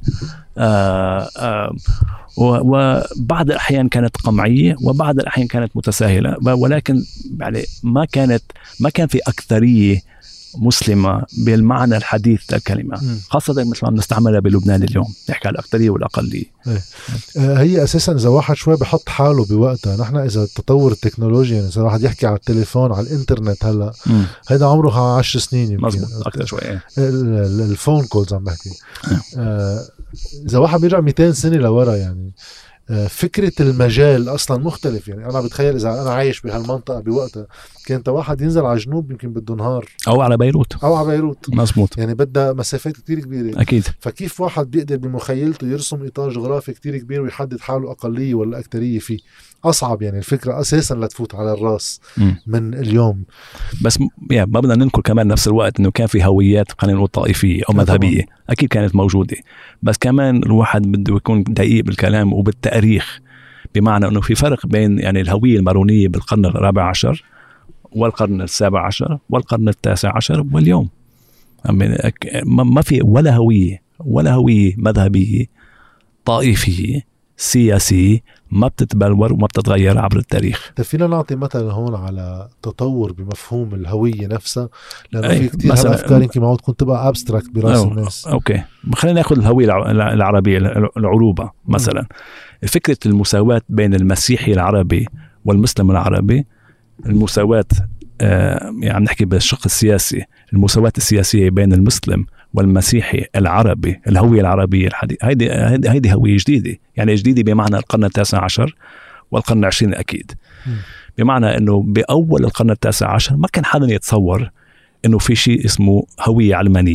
وبعض الأحيان كانت قمعية وبعض الأحيان كانت متساهلة، ولكن يعني ما كان في أكثرية مسلمة بالمعنى الحديث للكلمة، خاصة مثل ما نستعملها بلبنان اليوم نحكي على الأكثرية والأقلية. هي أساسا إذا واحد شوي بحط حاله بوقتها، نحن إذا تطور التكنولوجيا، إذا واحد يحكي على التليفون على الإنترنت هلا هيدا عمره 10 سنين يمكن، مظبوط أكثر شوي. الفون كولز عم بحكي. إذا واحد بيرجع 200 سنة لورا، يعني فكرة المجال أصلا مختلف. يعني أنا بتخيل إذا أنا عايش بهالمنطقة بوقتها كانت واحد ينزل على جنوب يمكن بده نهار، أو على بيروت. مظبوط، يعني بدها مسافات كتير كبيرة. أكيد. فكيف واحد بيقدر بمخيلته يرسم إطار جغرافي كتير كبير ويحدد حاله أقلية ولا أكترية فيه؟ أصعب يعني الفكرة أساسا لا تفوت على الراس من اليوم. بس ما بدنا ننكر كمان نفس الوقت إنه كان في هويات خلينا نقول طائفية أو مذهبية، أكيد كانت موجودة، بس كمان الواحد بده يكون دقيق بالكلام وبالتاريخ، بمعنى إنه في فرق بين يعني الهوية المارونية بالقرن الرابع عشر والقرن السابع عشر والقرن التاسع عشر واليوم. ما في ولا هوية مذهبية طائفية سياسي ما بتتبلور وما بتتغير عبر التاريخ. فينا نعطي مثلا هون على تطور بمفهوم الهوية نفسها، لأنه في كتير أفكار يمكن معود تكون تبقى أبستراكت براس الناس. أوكي، خلينا نأخذ الهوية العربية، العروبة مثلا. فكرة المساواة بين المسيحي العربي والمسلم العربي، المساواة يعني نحكي بالشق السياسي، المساواة السياسية بين المسلم والمسيحي العربي، الهوية العربية الحديثة، هيدي هوية جديدة، يعني جديدة بمعنى القرن التاسع عشر والقرن العشرين أكيد. بمعنى أنه بأول القرن التاسع عشر ما كان حدا يتصور أنه في شيء اسمه هوية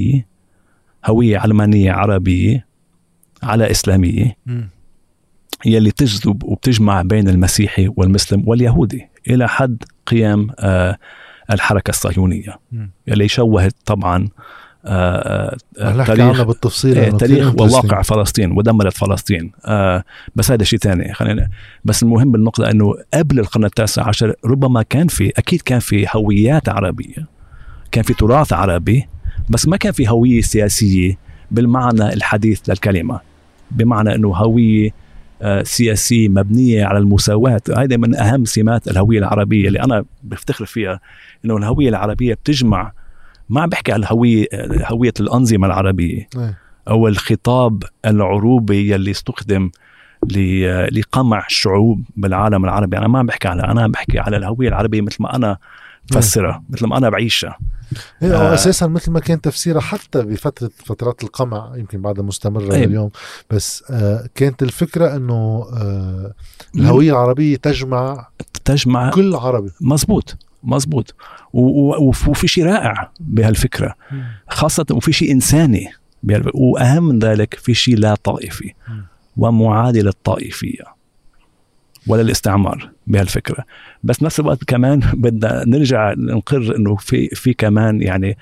علمانية عربية على إسلامية يلي تجذب وبتجمع بين المسيحي والمسلم واليهودي إلى حد قيام الحركة الصهيونية يلي شوهت طبعا تاريخ بالتفصيل تاريخ وواقع فلسطين ودمرت فلسطين. بس هذا شيء ثاني. بس المهم بالنقطة أنه قبل القرن التاسع عشر ربما أكيد كان في هويات عربية، كان في تراث عربي، بس ما كان في هوية سياسية بالمعنى الحديث للكلمة، بمعنى أنه هوية سياسية مبنية على المساواة. هذا من أهم سمات الهوية العربية اللي أنا بفتخر فيها، أنه الهوية العربية بتجمع، ما بحكي على هوية الأنظمة العربية أو الخطاب العروبي يلي استخدم لقمع الشعوب بالعالم العربي. أنا ما بحكي أنا بحكي على الهوية العربية مثل ما أنا بفسرها، مثل ما أنا بعيشها. أساسا مثل ما كان تفسيرها حتى فترات القمع، يمكن بعدها مستمرة اليوم، بس كانت الفكرة أنه الهوية العربية تجمع كل عربي. مزبوط. وفي شيء رائع بهالفكرة، خاصة وفي شيء إنساني، وأهم من ذلك في شيء لا طائفي ومعادل الطائفية ولا الاستعمار بهالفكرة. بس نفس الوقت كمان بدنا نرجع نقر انه في كمان يعني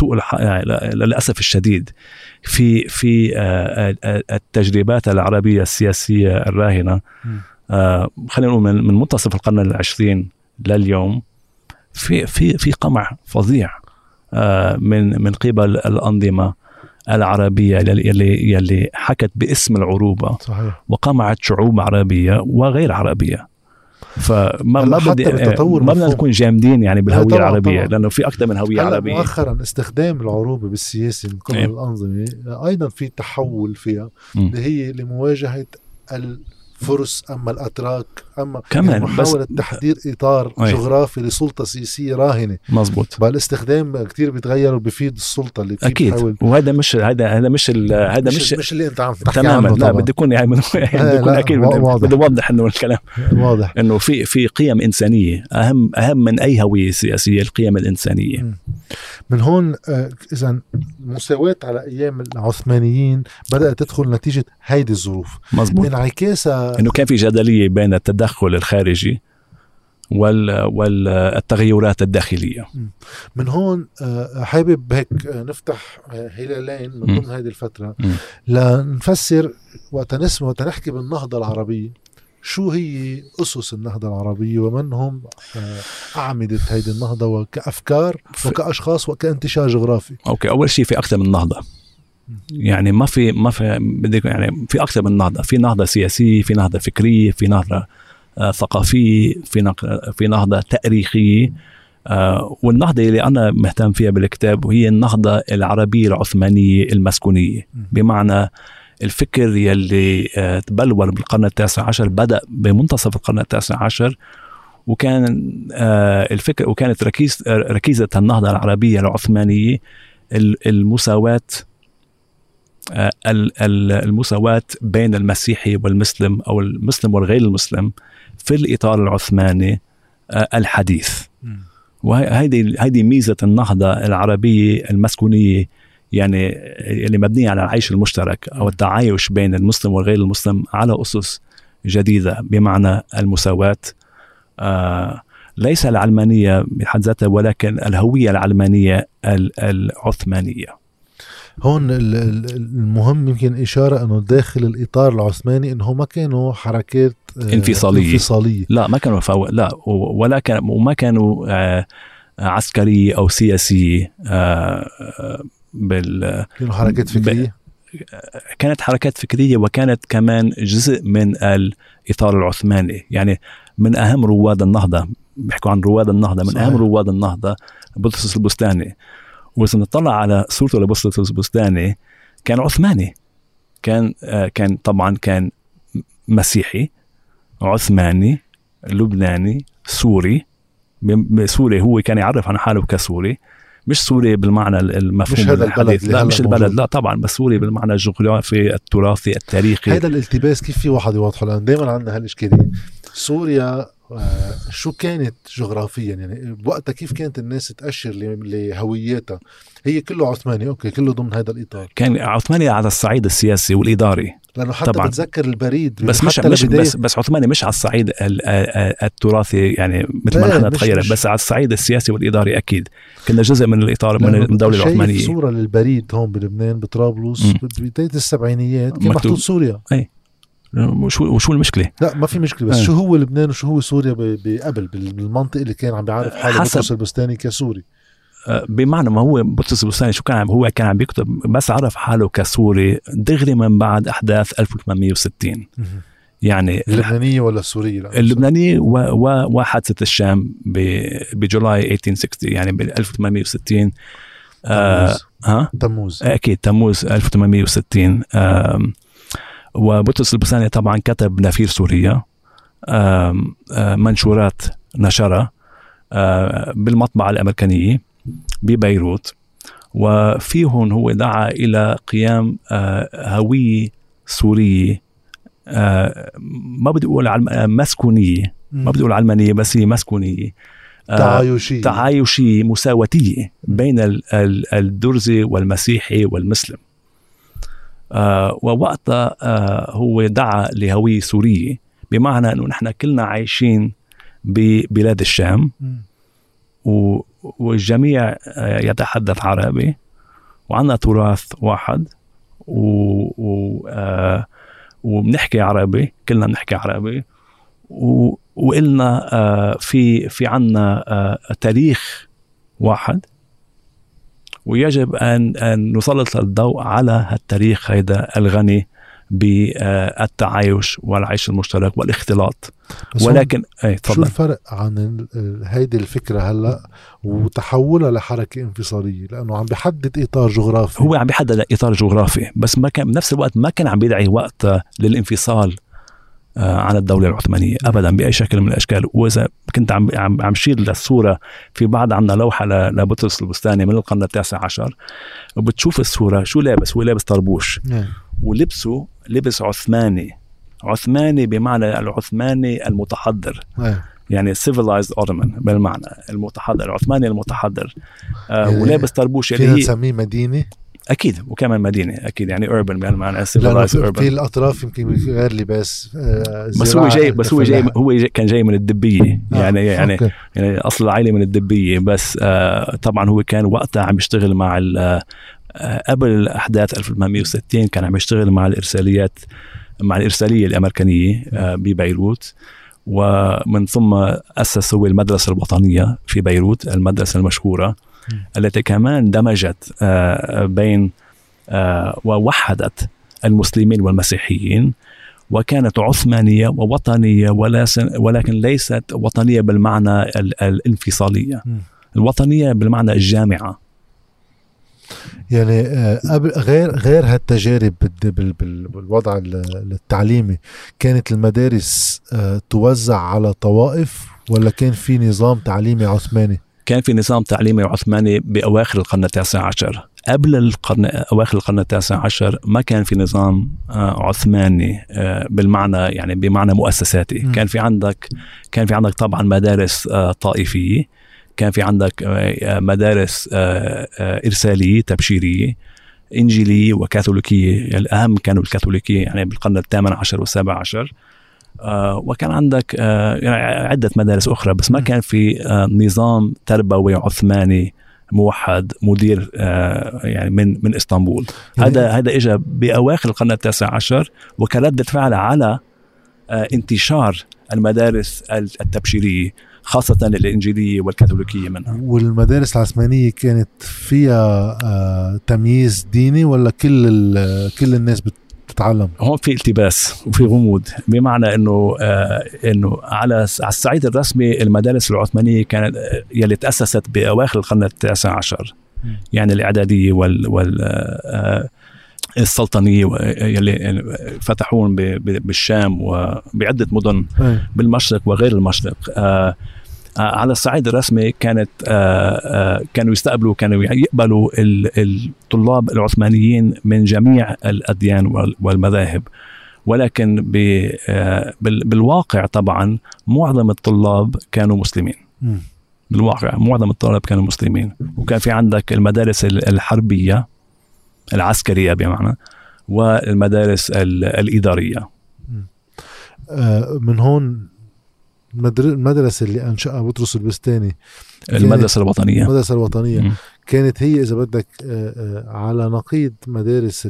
للأسف الشديد في التجربات العربية السياسية الراهنة، خلينا نقول من منتصف القرن العشرين لليوم في قمع فظيع من قبل الأنظمة العربية يلي حكت باسم العروبة. صحيح. وقمعت شعوب عربية وغير عربية. فما بدنا نكون جامدين يعني بالهوية العربية، لأنه في أكثر من هوية عربية. مؤخرا استخدام العروبة بالسياسة من قبل الأنظمة أيضا في تحول فيها، اللي هي لمواجهة الفرس أما الأتراك، أما كمان يعني محاولة تحضير إطار جغرافي لسلطة سياسية راهنة. مظبوط. بالاستخدام كتير بيتغير وبيفيد السلطة اللي أكيد بتحاول. وهذا مش اللي أنت عم تحكي عنه. لا بدي يكون يعني بدي يكون أكيد بدي أوضح إنه الكلام واضح، إنه في قيم إنسانية أهم من أي هوية سياسية، القيم الإنسانية. من هون إذن المساواة على أيام العثمانيين بدأت تدخل نتيجة هيدي الظروف. مظبوط. انعكاسها إنه كان في جدلية بين التدخل الخارجي والتغيرات الداخلية. من هون حابب هيك نفتح هلالين من ضمن هذه الفترة لنفسر وتنحكي بالنهضة العربية. شو هي أسس النهضة العربية ومن هم أعمدة هذه النهضة وكأفكار وكأشخاص وكانتشار جغرافي؟ أوكي، أول شيء في أكثر من نهضة، يعني ما في يعني في أكثر من نهضة. في نهضة سياسية، في نهضة فكرية، في نهضة ثقافية، في نهضة تاريخية. والنهضة اللي أنا مهتم فيها بالكتاب وهي النهضة العربية العثمانية المسكونية، بمعنى الفكر يلي تبلور بالقرن التاسع عشر، بدأ بمنتصف القرن التاسع عشر، وكان الفكر وكانت ركيزة النهضة العربية العثمانية المساواة بين المسيحي والمسلم أو المسلم والغير المسلم في الإطار العثماني الحديث. وهذه ميزة النهضة العربية المسكونية، يعني اللي مبنية على العيش المشترك أو التعايش بين المسلم والغير المسلم على أسس جديدة، بمعنى المساواة، ليس العلمانية بحد ذاتها ولكن الهوية العلمانية العثمانية. هون المهم يمكن إشارة أنه داخل الإطار العثماني أنه ما كانوا حركات انفصالية. لا ما كانوا لا وما كانوا عسكرية أو سياسية. كانوا حركات فكرية. كانت حركات فكرية، وكانت كمان جزء من الإطار العثماني. يعني من أهم رواد النهضة، بيحكوا عن رواد النهضة، من صحيح. أهم رواد النهضة بطرس البستاني. وإذا نطلع على صورته لبطرس البستاني، كان عثماني، كان طبعا كان مسيحي، عثماني، لبناني، سوري. سوري هو كان يعرف عن حاله كسوري، مش سوري بالمعنى المفهوم، مش هذا البلد، لا مش البلد، لا طبعا، بس سوري بالمعنى الجغرافي التراثي التاريخي. هذا الالتباس كيف في واحد يوضحه؟ لأن دائما عندنا هالإشكالية. سوريا شو كانت جغرافيا؟ يعني بوقتها كيف كانت الناس تأشر لهويتها؟ هي كله عثماني، أوكي، كله ضمن هذا الإطار. كان عثماني على الصعيد السياسي والإداري، لأنه حتى طبعاً بتذكر البريد، بس بس عثماني مش على الصعيد التراثي، يعني مثل ما نحن نتخيل، بس على الصعيد السياسي والإداري أكيد كنا جزء من الإطار من الدولة العثمانية. شايف صورة للبريد هون بلبنان بطرابلس بداية السبعينيات كان محطوط سوريا. أي وشو المشكلة؟ لا ما في مشكلة، بس شو هو لبنان وشو هو سوريا بقبل بالمنطق اللي كان عم بيعرف حاله بطرس البستاني كسوري؟ بمعنى ما هو بطرس البستاني شو كان هو كان عم بيكتب بس عرف حاله كسوري دغري من بعد أحداث 1860. يعني اللبنانية ولا السورية؟ اللبنانية وحادثة الشام بجولاي 1860 يعني ب 1860 تموز. أكيد تموز 1860. وبطرس البستاني طبعا كتب نفير سوريا، منشورات نشرها بالمطبعة الأمريكانية ببيروت، وفيهن هو دعا إلى قيام هوية سورية ما بدي أقول مسكونية، ما بدي أقول علمانية، بس هي مسكونية، تعايشية مساواتية بين الدرزي والمسيحي والمسلم. ووقتها هو دعا لهوية سورية، بمعنى أنه نحن كلنا عايشين ببلاد الشام والجميع يتحدث عربي وعندنا تراث واحد وبنحكي عربي، كلنا بنحكي عربي، وإلنا في عنا تاريخ واحد، ويجب أن نسلط الضوء على التاريخ هيدا الغني بالتعايش والعيش المشترك والاختلاط. ولكن شو الفرق عن هيدي الفكرة هلأ وتحولها لحركة انفصالية؟ لأنه عم بيحدد إطار جغرافي. هو عم بيحدد إطار جغرافي، بس ما كان بنفس الوقت ما كان عم بيدعي وقت للانفصال عن الدولة العثمانية أبدا بأي شكل من الأشكال. وإذا كنت عم شير للصورة، في بعض عنا لوحة لبطرس البستاني من القرن 19 وبتشوف الصورة شو لابس، هو لابس طربوش ولبسه لبس عثماني بمعنى العثماني المتحضر، يعني civilized Ottoman بالمعنى المتحضر، العثماني المتحضر. ولابس طربوش اللي هي نسميه مدينة أكيد، وكمان مدينة أكيد، يعني urban بالمعنى civilized urban. في الأطراف يمكن غير لباس بس هو كان جاي من الدبية، يعني أصل العائلة من الدبية، بس طبعا هو كان وقتها عم يشتغل مع قبل أحداث 1860 كان عم يشتغل مع الإرسالية الأمريكانية ببيروت، ومن ثم أسس هو المدرسة الوطنية في بيروت، المدرسة المشهورة التي كمان دمجت بين ووحدت المسلمين والمسيحيين، وكانت عثمانية ووطنية ولكن ليست وطنية بالمعنى الانفصالية، الوطنية بالمعنى الجامعة. يعني غير هالتجارب بالوضع التعليمي، كانت المدارس توزع على طوائف ولا كان في نظام تعليمي عثماني؟ كان في نظام تعليمي عثماني بأواخر القرن 19. قبل أواخر القرن 19 ما كان في نظام عثماني بالمعنى يعني بمعنى مؤسساتي. كان في عندك طبعا مدارس طائفية، كان في عندك مدارس إرسالية تبشيرية إنجيلية وكاثوليكية، الأهم كانوا الكاثوليكية يعني بالقرن 18 و17. وكان عندك يعني عدة مدارس أخرى، بس ما كان في نظام تربوي عثماني موحد مدير يعني من اسطنبول. هذا اجى بأواخر القرن 19 وكردة فعل على انتشار المدارس التبشيرية خاصة الإنجيلية والكاثوليكية منها. والمدارس العثمانية كانت فيها تمييز ديني ولا كل الناس بتتعلم؟ هون في التباس وفي غموض، بمعنى انه على الصعيد الرسمي المدارس العثمانية كانت يلي تأسست بأواخر القرن 19، يعني الإعدادية السلطنية يلي فتحون بالشام وبعدة مدن بالمشرق وغير المشرق. على الصعيد الرسمي كانوا يقبلوا الطلاب العثمانيين من جميع الأديان والمذاهب، ولكن بالواقع طبعا معظم الطلاب كانوا مسلمين. بالواقع معظم الطلاب كانوا مسلمين، وكان في عندك المدارس الحربية العسكرية بمعنى، والمدارس الإدارية. من هون المدرسة اللي أنشأها بطرس البستاني، المدرسة الوطنية كانت هي إذا بدك على نقيض مدارس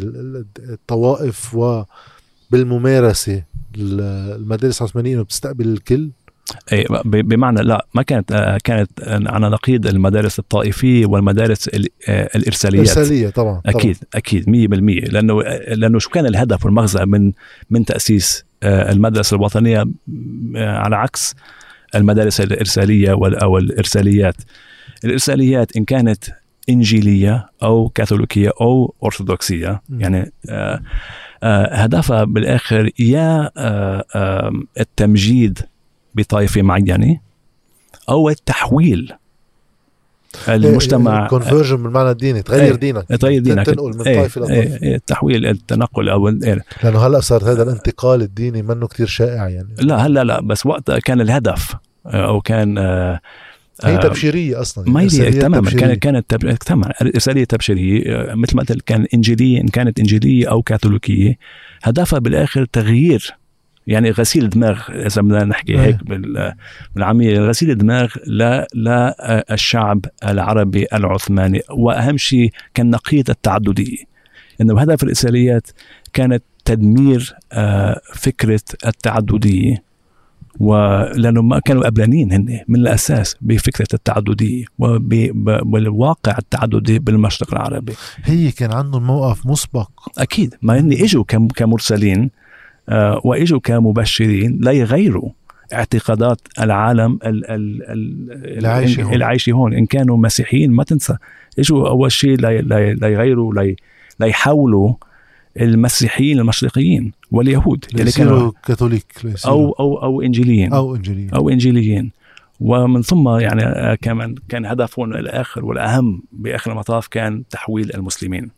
الطوائف، وبالممارسة المدارس العثمانية بتستقبل الكل. بمعنى لا، ما كانت على نقيض المدارس الطائفية والمدارس الإرسالية طبعا. أكيد 100%. لأنه شو كان الهدف والمغزى من تأسيس المدرسة الوطنية على عكس المدارس الإرسالية أو الإرساليات إن كانت إنجيلية أو كاثوليكية أو أرثوذكسية، يعني هدفها بالآخر يا التمجيد بطائفة معينة أو التحويل المجتمع، conversion بالمعنى الديني، تغير دينك، تنقل من طائفة لطائفة، التحويل، التنقل أو لأنه هلأ صار هذا الانتقال الديني منه كتير شائع يعني. لا بس وقت كان الهدف أو كان هي تبشيرية أصلا، ما هي تماما كانت تماما رسالة تبشيرية، مثل ما قلت كان إنجيلية، إن كانت إنجيلية أو كاثوليكية، هدفها بالآخر تغيير، يعني غسيل دماغ إذا بدنا نحكي هيك بالعامية، غسيل دماغ للشعب العربي العثماني. وأهم شيء كان نقيض التعددية، إنه هدف الإرساليات كانت تدمير فكرة التعددية، ولأنه ما كانوا قبلانين هن من الأساس بفكرة التعددية والواقع التعددي بالمشرق العربي. هي كان عندهم موقف مسبق أكيد، ما هن إجوا كمرسلين وإجوا كمبشرين لا يغيروا اعتقادات العالم العايش هون. إن كانوا مسيحيين ما تنسى إجوا أول شيء لا يغيروا، لا يحاولوا المسيحيين المشرقيين واليهود اللي كانوا كاثوليك أو إنجيليين. ومن ثم يعني كمان كان هدفهم الآخر والأهم بآخر المطاف كان تحويل المسلمين.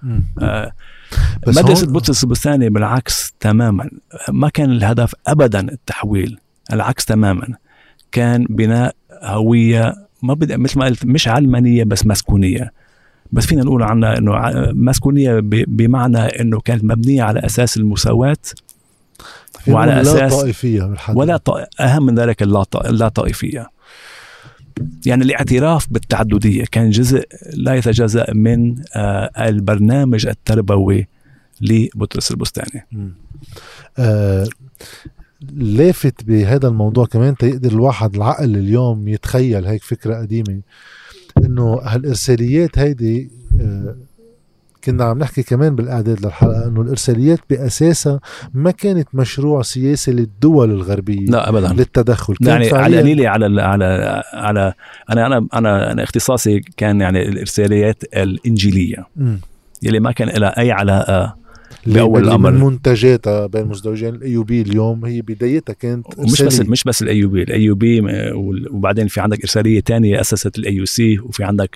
مدرسة بطرس البستاني بالعكس تماما، ما كان الهدف أبدا التحويل، العكس تماما، كان بناء هوية ما مثل ما قلت مش علمانية بس مسكونية. بس فينا نقول عنها إنه مسكونية بمعنى إنه كانت مبنية على أساس المساواة وعلى أساس طائفية أهم من ذلك لا طائفية. يعني الاعتراف بالتعددية كان جزء لا يتجزأ من البرنامج التربوي لبطرس البستاني. لافت بهذا الموضوع كمان تقدر الواحد العقل اليوم يتخيل هيك فكرة قديمة، إنه هالإرساليات هيدي كنا عم نحكي كمان بالإعداد للحلقة إنه الإرساليات بأساسها ما كانت مشروع سياسي للدول الغربية، لا أبدا للتدخل. يعني على قليلة على أنا اختصاصي كان يعني الإرساليات الإنجيلية يلي ما كان لها أي علاقة بأول الأمر. من منتجاتها بين مزدوجين الأيوبي اليوم هي بدايتها كانت مش بس الأيوبي وبعدين في عندك إرسالية تانية أسست الأيوسي، وفي عندك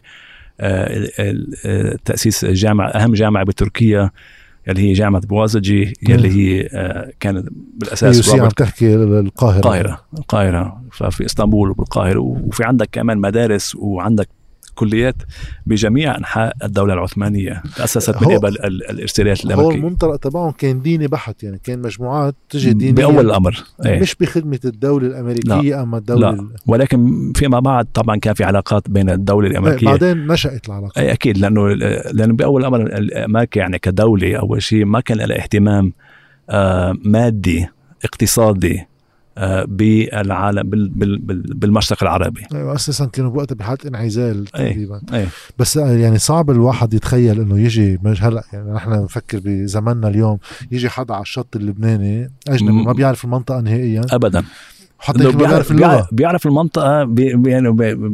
تأسيس أهم جامعة بتركيا اللي هي جامعة بوازجي اللي هي كانت بالأساس عم تحكي القاهرة، ففي إسطنبول وبالقاهرة، وفي عندك كمان مدارس وعندك كليات بجميع أنحاء الدولة العثمانية تأسست من قبل الإرساليات الأمريكية. هو المنطلق تبعهم كان ديني بحت، يعني كان مجموعات تجي دينية بأول الأمر، مش بخدمة الدولة الأمريكية. أما الدولة ولكن فيما بعد طبعا كان في علاقات بين الدولة الأمريكية، بعدين نشأت العلاقات. أكيد لأنه بأول الأمر الأمريكا يعني كدولة أول شيء ما كان لها اهتمام مادي اقتصادي بالعالم بالمشرق العربي. ايوه اساسا كانوا بوقتها بحاله انعزال تقريبا. بس يعني صعب الواحد يتخيل انه يجي هلا، يعني نحن نفكر بزماننا اليوم يجي حدا على الشط اللبناني اجنبي ما بيعرف المنطقه نهائيا ابدا، حتى ما بيعرف اللغه، بيعرف المنطقه يعني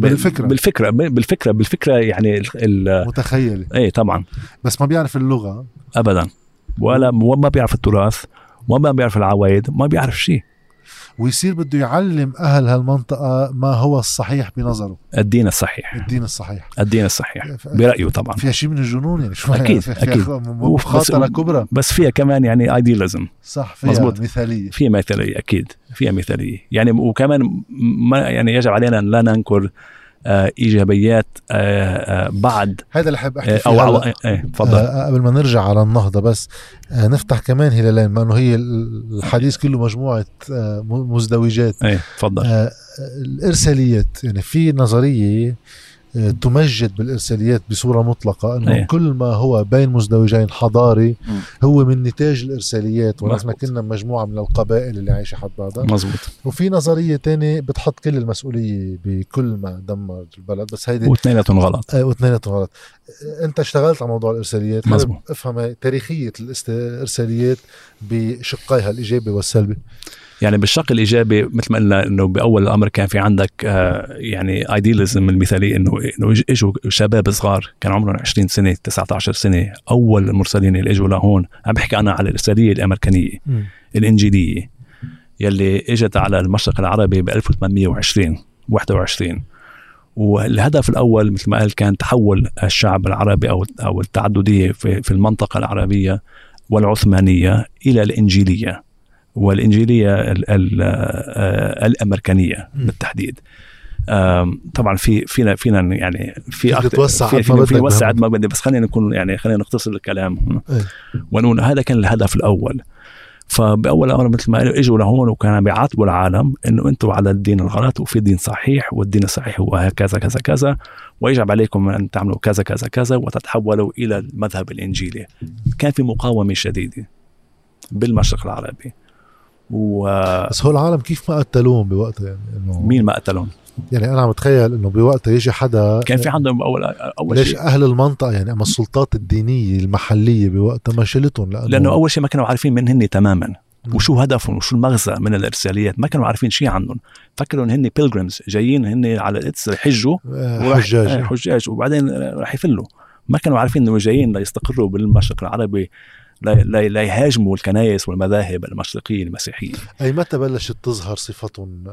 بالفكره يعني متخيله. اي طبعا، بس ما بيعرف اللغه ابدا، وما بيعرف التراث، وما بيعرف العوايد، ما بيعرف شيء، ويصير بده يعلم أهل هالمنطقة ما هو الصحيح بنظره، الدين الصحيح برأيه. طبعا فيها شيء من الجنون، يعني شو أكيد مخاطرة كبرى، بس فيها كمان يعني ايدياليزم، صح، فيها مزبوط. مثالية أكيد فيها مثالية يعني. وكمان ما يعني يجب علينا أن لا ننكر إيجابيات بعد هذا اللي حاب أحكي فيه. تفضل. قبل ما نرجع على النهضة بس نفتح كمان هلالين، ما أنه هي الحديث كله مجموعة مزدوجات. تفضل. الإرساليات، يعني في نظرية تمجد بالإرساليات بصورة مطلقة أنه كل ما هو بين مزدوجين حضاري هو من نتاج الإرساليات، ونحن كنا مجموعة من القبائل اللي عايشة حد بعضها. مزبوط. وفي نظرية تانية بتحط كل المسؤولية بكل ما دمر البلد، بس هيدي واثنيناتهم غلط. واثنيناتهم غلط. أنت اشتغلت على موضوع الإرساليات، افهم تاريخية الإرساليات بشقيها الإيجابي والسلبي. يعني بالشق الإيجابي مثل ما قلنا إنه بأول الأمر كان في عندك يعني ايدياليزم المثالي، إنه إجوا شباب صغار كان عمرهم 20 سنة 19 سنة، أول المرسلين اللي إجوا لهون. عم بحكي أنا على الإرسالية الأمريكانية الإنجيلية يلي إجت على المشرق العربي ب 1820-21. والهدف الأول مثل ما قال كان تحول الشعب العربي أو التعددية في المنطقة العربية والعثمانية إلى الإنجيلية، والإنجيلية الأمريكانية بالتحديد. طبعا فينا يعني في نوسع ما بدي، بس خلينا نختصر الكلام ونقول هذا كان الهدف الأول. فبأول أمر مثل ما قالوا إجوا لهون وكانوا بيعاتبوا العالم إنه أنتوا على الدين الغلط وفي دين صحيح، والدين الصحيح هو هكذا كذا كذا، ويجب عليكم أن تعملوا كذا كذا كذا وتتحولوا إلى المذهب الإنجيلي. كان في مقاومة شديدة بالمشرق العربي. بس هو العالم كيف ما قتلوهم بوقتها؟ يعني إنه مين ما قتلهم؟ يعني أنا متخيل إنه بوقتها يجي حدا كان في عندهم أول ليش شيء أهل المنطقة يعني أما السلطات الدينية المحلية بوقتها ما شلتهم، لأنه أول شيء ما كانوا عارفين من هن تماما وشو هدفهم وشو المغزى من الإرساليات. ما كانوا عارفين شيء عنهم، فكروا إن هن pilgrims جايين هن على القدس يحجوا حجاج وبعدين راح يفلوا. ما كانوا عارفين إنه جايين ليستقروا بالمشرق العربي، لا يهاجموا الكنائس والمذاهب المشرقية المسيحية. أي متى بلشت تظهر صفتهم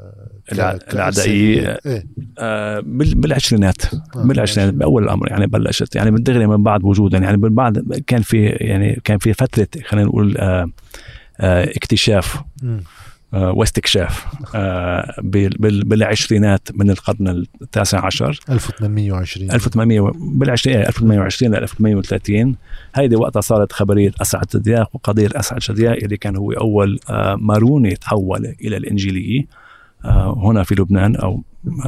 العدائية؟ بالعشرينات. بالعشرينات بأول الأمر يعني بلشت، يعني بالدغري من بعد وجودا، يعني من بعد كان في فترة خلينا نقول اكتشاف واستكشاف بالعشرينات من القرن التاسع عشر 1820 ل 1830. هيدي وقتها صارت خبرية أسعد شدياق وقضية أسعد شدياق اللي كان هو أول ماروني تحول إلى الإنجيلية هنا في لبنان. أو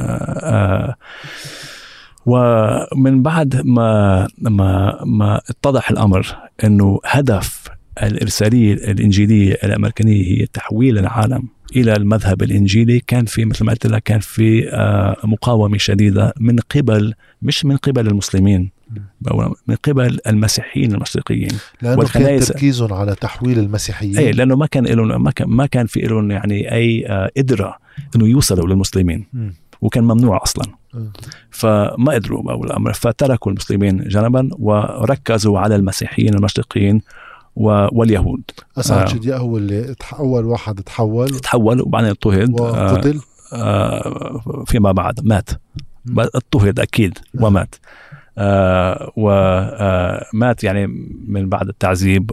ومن بعد ما اتضح الأمر أنه هدف الإرسالية الإنجيلية الأمريكانية هي تحويل العالم إلى المذهب الإنجيلي، كان في مثل ما قلت لك كان في مقاومة شديدة مش من قبل المسلمين، من قبل المسيحيين المشرقيين، لأنه كان تركيزهم على تحويل المسيحيين. أي لأنه ما كان في لهم يعني أي قدرة إنه يوصلوا للمسلمين، وكان ممنوع أصلا. فما قدروا بأول الأمر، فتركوا المسلمين جنبا وركزوا على المسيحيين المشرقيين واليهود. أسعد شدياق هو اللي أول واحد تحول وبعدين اضطهد وقتل فيما بعد مات. اضطهد أكيد ومات. ومات يعني من بعد التعذيب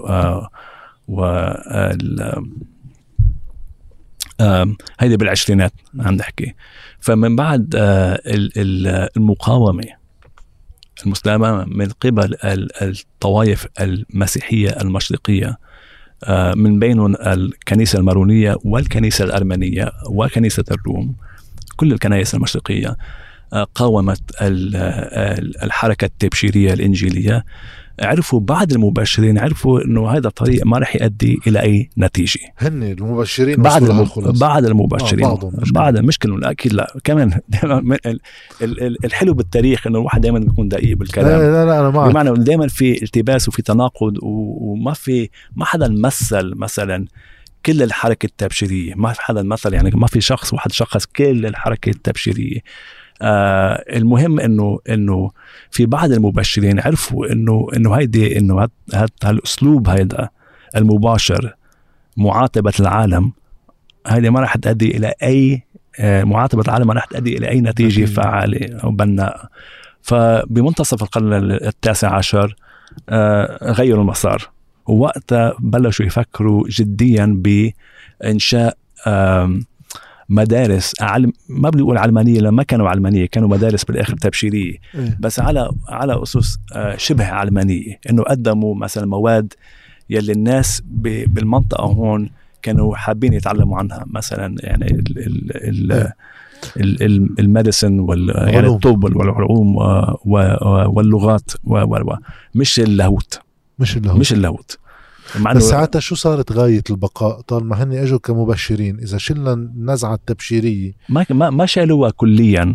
هيدي بالعشرينات عم نحكي. فمن بعد المقاومة المسلمة من قبل الطوائف المسيحية المشرقية، من بينهم الكنيسة المارونية والكنيسة الأرمنية وكنيسة الروم، كل الكنائس المشرقية قاومت الحركة التبشيرية الإنجيلية. عرفوا بعد المبشرين انه هذا الطريق ما رح يؤدي الى اي نتيجه. هن المبشرين بعد المبشرين بعد مش كلهم اكيد لا كمان. الحلو بالتاريخ انه الواحد دائما بيكون دقيق بالكلام. لا انا معك، بمعنى دائما في التباس وفي تناقض ما حدا مثل مثلا كل الحركه التبشيريه، ما في حدا مثل يعني ما في شخص واحد شخص كل الحركه التبشيريه. المهم انه في بعض المبشرين عرفوا انه هيدي انه هالاسلوب هيدا المباشر معاتبه العالم، هيدي ما راح تؤدي الى اي معاتبه العالم، ما راح تؤدي الى اي نتيجه فعاله او بناء. فبمنتصف القرن التاسع عشر غيروا المسار، ووقتها بلشوا يفكروا جديا بانشاء مدارس ما بدي اقول علمانيه، لما كانوا علمانيه كانوا مدارس بالاخر تبشيريه، بس على اسس شبه علمانيه، انه قدموا مثلا مواد يلي الناس بالمنطقه هون كانوا حابين يتعلموا عنها، مثلا يعني الميديسن يعني الطب والعلوم واللغات مش اللاهوت. مش اللاهوت. بس ساعتها شو صارت غاية البقاء طالما هني اجوا كمبشرين؟ اذا شلنا النزعة التبشيرية ما شالوها كليا.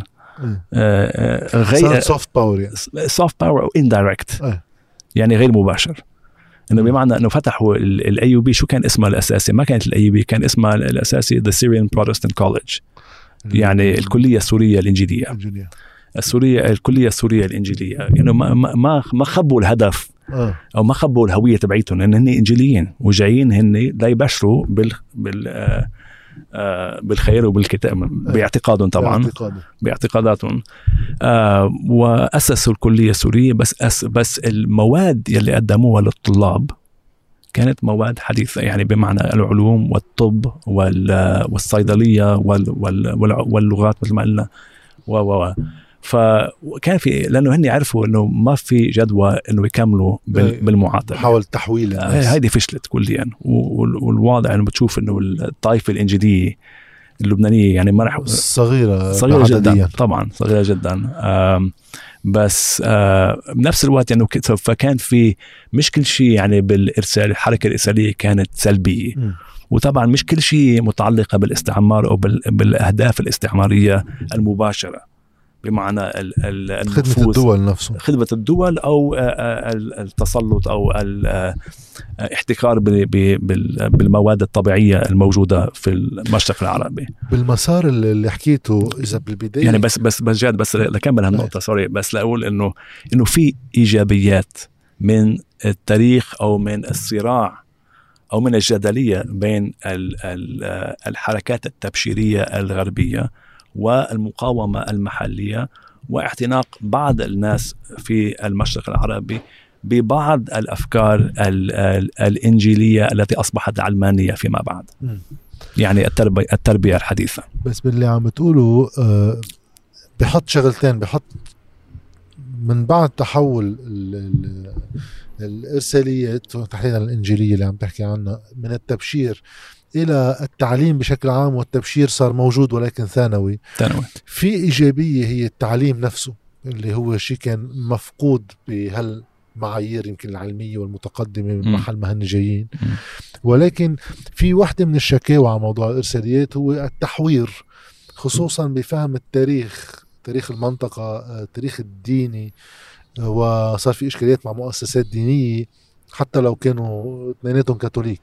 غير سوفت باور، يعني سوفت باور او اندايركت، يعني غير مباشر. انه بمعنى انه فتحوا الاي يو بي. شو كان اسمها الاساسي؟ ما كانت الاي يو بي، كان اسمها الاساسي The Syrian Protestant College، يعني الكلية السورية الإنجيلية. الكلية السورية الإنجيلية، يعني ما خبوا الهدف أو ما خبوا الهوية تبعيتهم، إن هن إنجيليين وجايين هن لا يبشروا بالخير وبالكتاب باعتقادهم طبعا، باعتقاداتهم. وأسسوا الكلية السورية، بس المواد يلي قدموها للطلاب كانت مواد حديثة، يعني بمعنى العلوم والطب والصيدلية واللغات مثل ما قلنا فكان في، لأنه هني عرفوا أنه ما في جدوى أنه يكملوا بالمعادلة. حاول تحويل الناس، هذه فشلت كليا. والواضح أنه بتشوف أنه الطائفة الإنجيلية اللبنانية يعني ما رح صغيرة جدا، طبعا صغيرة جدا. بس بنفس الوقت انه يعني فكان في مش كل شيء يعني بالارسال، الحركه الارساليه كانت سلبيه. وطبعا مش كل شيء متعلقه بالاستعمار او بالاهداف الاستعماريه المباشره، بمعنى خدمه الدول نفسه، خدمه الدول او التسلط او الاحتكار بالمواد الطبيعيه الموجوده في المشرق العربي. بالمسار اللي حكيته اذا بالبدايه يعني بس جاد، بس لكمل هالنقطه سوري، بس لاقول انه في ايجابيات من التاريخ او من الصراع او من الجدليه بين الحركات التبشيريه الغربيه والمقاومه المحليه، واعتناق بعض الناس في المشرق العربي ببعض الأفكار الإنجيلية التي أصبحت علمانية فيما بعد. يعني التربية الحديثة. بس باللي عم بتقوله بحط شغلتين، بحط من بعد تحول الإرساليات تحديدا الإنجيلية اللي عم تحكي عنها من التبشير إلى التعليم بشكل عام، والتبشير صار موجود ولكن ثانوي. في إيجابية هي التعليم نفسه، اللي هو شيء كان مفقود بهالمعايير يمكن العلمية والمتقدمة من محل ما هن جايين. ولكن في واحدة من الشكاوى على موضوع الإرساليات هو التحوير، خصوصا بفهم التاريخ، تاريخ المنطقة، التاريخ الديني. وصار في إشكاليات مع مؤسسات دينية حتى لو كانوا اثنيناتهم كاثوليك.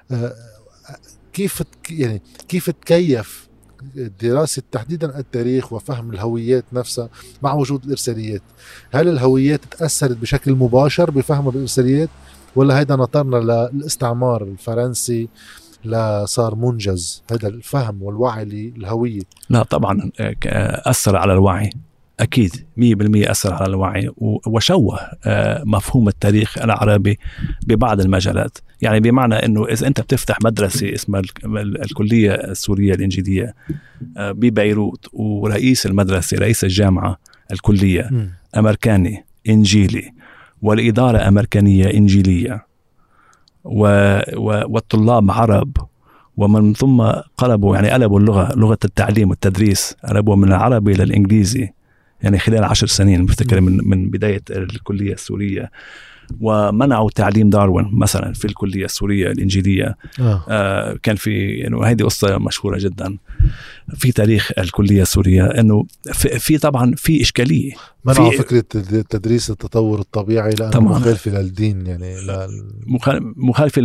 كيف تكيف دراسة تحديدا التاريخ وفهم الهويات نفسها مع وجود الإرساليات؟ هل الهويات تأثرت بشكل مباشر بفهمها بالإرساليات، ولا هيدا نطرنا للاستعمار الفرنسي لا صار منجز هذا الفهم والوعي للهوية؟ لا طبعا أثر على الوعي، أكيد 100% أثر على الوعي، وشوه مفهوم التاريخ العربي ببعض المجالات. يعني بمعنى أنه إذا أنت بتفتح مدرسة اسمها الكلية السورية الإنجيلية ببيروت، ورئيس المدرسة رئيس الجامعة الكلية أمريكاني إنجيلي، والإدارة أمريكانية إنجيلية، والطلاب عرب، ومن ثم قلبوا لغة التعليم والتدريس، قلبوا من العربي للإنجليزي يعني خلال 10 سنين بفتكر من بداية الكلية السورية. ومنعوا تعليم داروين مثلا في الكلية السورية الإنجيلية. كان في يعني هذه قصة مشهورة جدا في تاريخ الكلية السورية، انه في طبعا في إشكالية، منعوا فكرة تدريس التطور الطبيعي لأنه مخالفة للدين، يعني مخالفة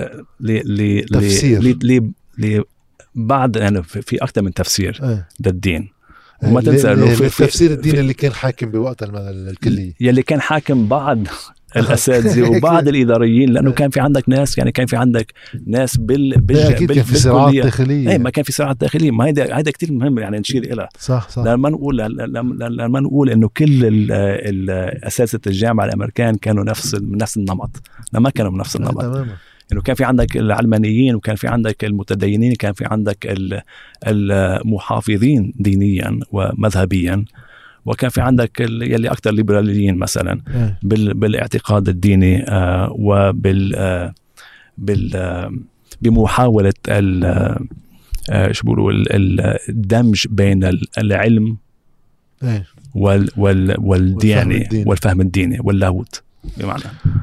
بعد يعني في أكثر من تفسير للدين. وما تنسى انه في تفسير الدين اللي كان حاكم بوقت الكلية، يلي كان حاكم بعض الأساتذة وبعض الإداريين، لأنه كان في عندك ناس، يعني كان في عندك ناس كان في صراعات داخلية. ما كان في صراعات داخلية. ما هيدا كتير مهم يعني نشير إلى صح. لما نقول إنه كل الأساتذة الجامعة الأمريكان كانوا نفس النمط، ما كانوا بنفس النمط تماما. إنه كان في عندك العلمانيين، وكان في عندك المتدينين، كان في عندك المحافظين دينيا ومذهبيا، وكان في عندك يلي أكثر ليبراليين مثلا بالاعتقاد الديني، بمحاولة شو بيقولوا الدمج بين العلم والديانة والفهم الديني واللاهوت بمعنى.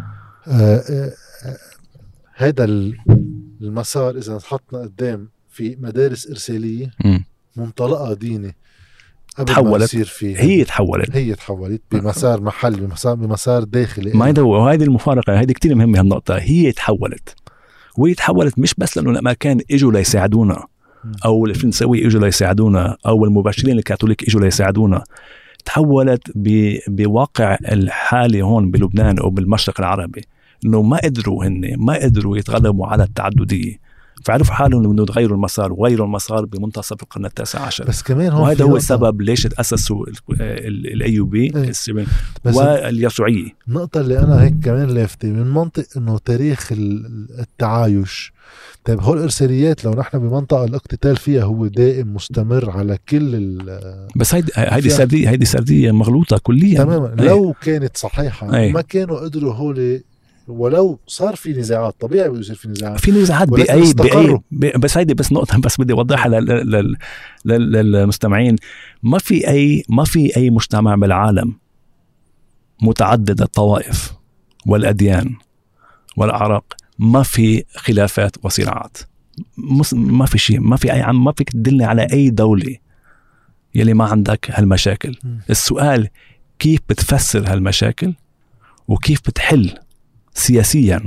هذا المسار إذا حطنا قدام في مدارس إرسالية منطلقة ديني تحولت، هي تحولت بمسار محلي، بمسار داخلي. ما هذا وهذه المفارقة، هذه كتير مهمة هالنقطة. هي تحولت مش بس لأنه الأمريكان إجوا ليساعدونا أو الفرنساوي إجوا ليساعدونا أو المباشرين الكاثوليك إجوا ليساعدونا. تحولت بواقع الحالي هون بلبنان أو بالمشرق العربي، إنه ما قدروا يتغلبوا على التعددية، فعرفوا حالهم انه يغيروا المسار وغيروا المسار بمنتصف القرن ال19. بس كمان هون وهذا هو السبب ليش تأسسوا الأيوبي واليسوعية. النقطة اللي أنا هيك كمان لافتة من منطق إنه تاريخ التعايش. طيب هول الإرساليات لو نحن بمنطقة الاقتتال فيها هو دائم مستمر على كل بس هيدي سردية مغلوطة كليا تماما. لو كانت صحيحة ما كانوا قدروا هولي، ولو صار في نزاعات طبيعي بيصير في نزاعات بأي بس هيدي بس نقطة بس بدي أوضحها للمستمعين. ما في أي مجتمع بالعالم متعدد الطوائف والأديان والأعراق ما في خلافات وصراعات. ما في شيء، ما فيك تدلني على أي دولة يلي ما عندك هالمشاكل. السؤال كيف بتفسر هالمشاكل وكيف بتحل سياسيا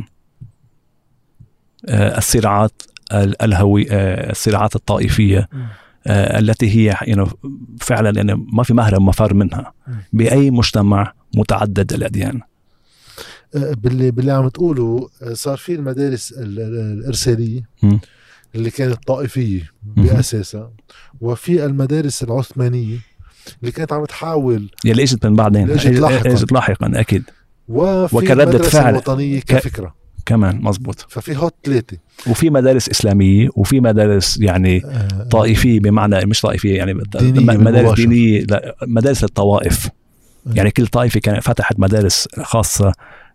الصراعات الصراعات الطائفية التي هي فعلا ما في مهرب مفر منها بأي مجتمع متعدد الأديان. باللي عم تقوله صار في المدارس الإرسالية اللي كانت طائفية بأساسها، وفي المدارس العثمانية اللي كانت عم تحاول يلي اجت من بعدين، اجت لاحقا أكيد، وفي المدرسة الوطنية كفكرة كمان مظبوط. ففي هوت 3 وفي مدارس إسلامية وفي مدارس يعني طائفية، بمعنى مش طائفية يعني مدارس دينية، مدارس الطوائف. يعني كل طائفة كانت فتحت مدارس خاصة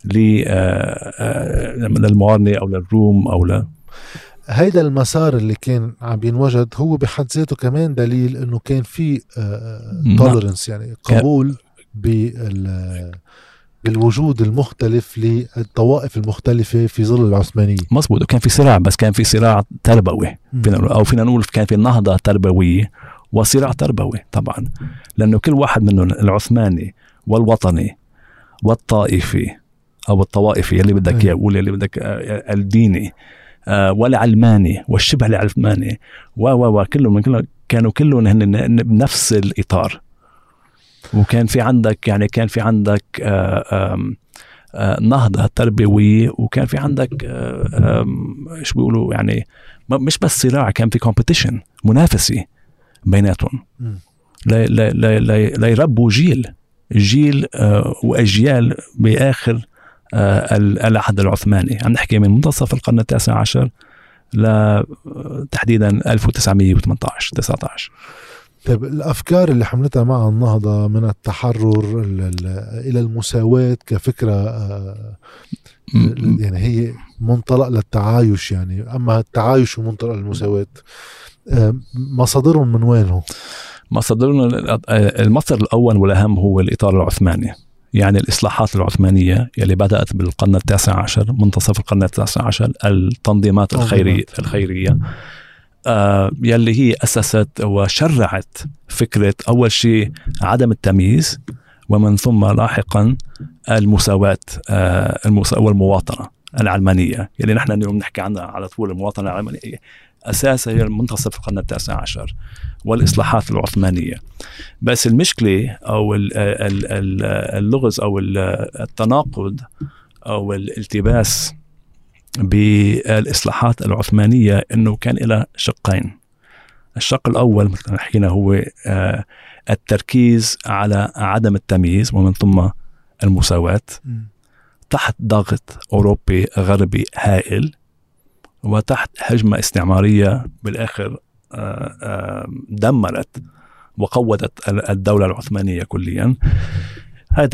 للموارنة أو للروم أو هيدا المسار اللي كان عم ينوجد هو بحد ذاته كمان دليل إنه كان في tolerance، يعني قبول بالوجود المختلف للطوائف المختلفة في ظل العثمانية. مظبوط. وكان في صراع، بس كان في صراع تربوي أو فينا نقول كان في نهضة تربوية وصراع تربوي طبعا، لأنه كل واحد منهم العثماني والوطني والطائفي أو الطوائفي اللي بدك يقول اللي بدك الديني والعلماني والشبه العلماني كلهم كانوا هن بنفس الإطار. وكان في عندك نهضة تربوية، وكان في عندك ايش بيقولوا يعني مش بس صراع، كان في كومبيتيشن، منافسة بيناتهم لا يربوا جيل وأجيال بآخر العهد العثماني. عم نحكي من منتصف القرن ال19 تحديدا 1918-19. طيب الأفكار اللي حملتها مع النهضة من التحرر إلى المساواة كفكرة يعني هي منطلق للتعايش، يعني أما التعايش ومنطلق للمساواة مصادرهم من وينهم؟ مصادرهم المصدر الأول والأهم هو الإطار العثماني، يعني الإصلاحات العثمانية يلي بدأت بالقرن ال19 منتصف القرن ال19، التنظيمات الخيرية يلي هي أسست وشرعت فكرة أول شيء عدم التمييز، ومن ثم لاحقا المساواة والمواطنة العلمانية يلي نحن اليوم نحكي عنها على طول. المواطنة العلمانية أساسها هي منتصف القرن ال19 والإصلاحات العثمانية. بس المشكلة أو اللغز أو التناقض أو الالتباس بالإصلاحات العثمانية إنه كان إلى شقين. الشق الأول مثل ما حكينا هو التركيز على عدم التمييز ومن ثم المساواة تحت ضغط أوروبي غربي هائل وتحت هجمة استعمارية بالآخر دمرت وقودت الدولة العثمانية كليا. هذا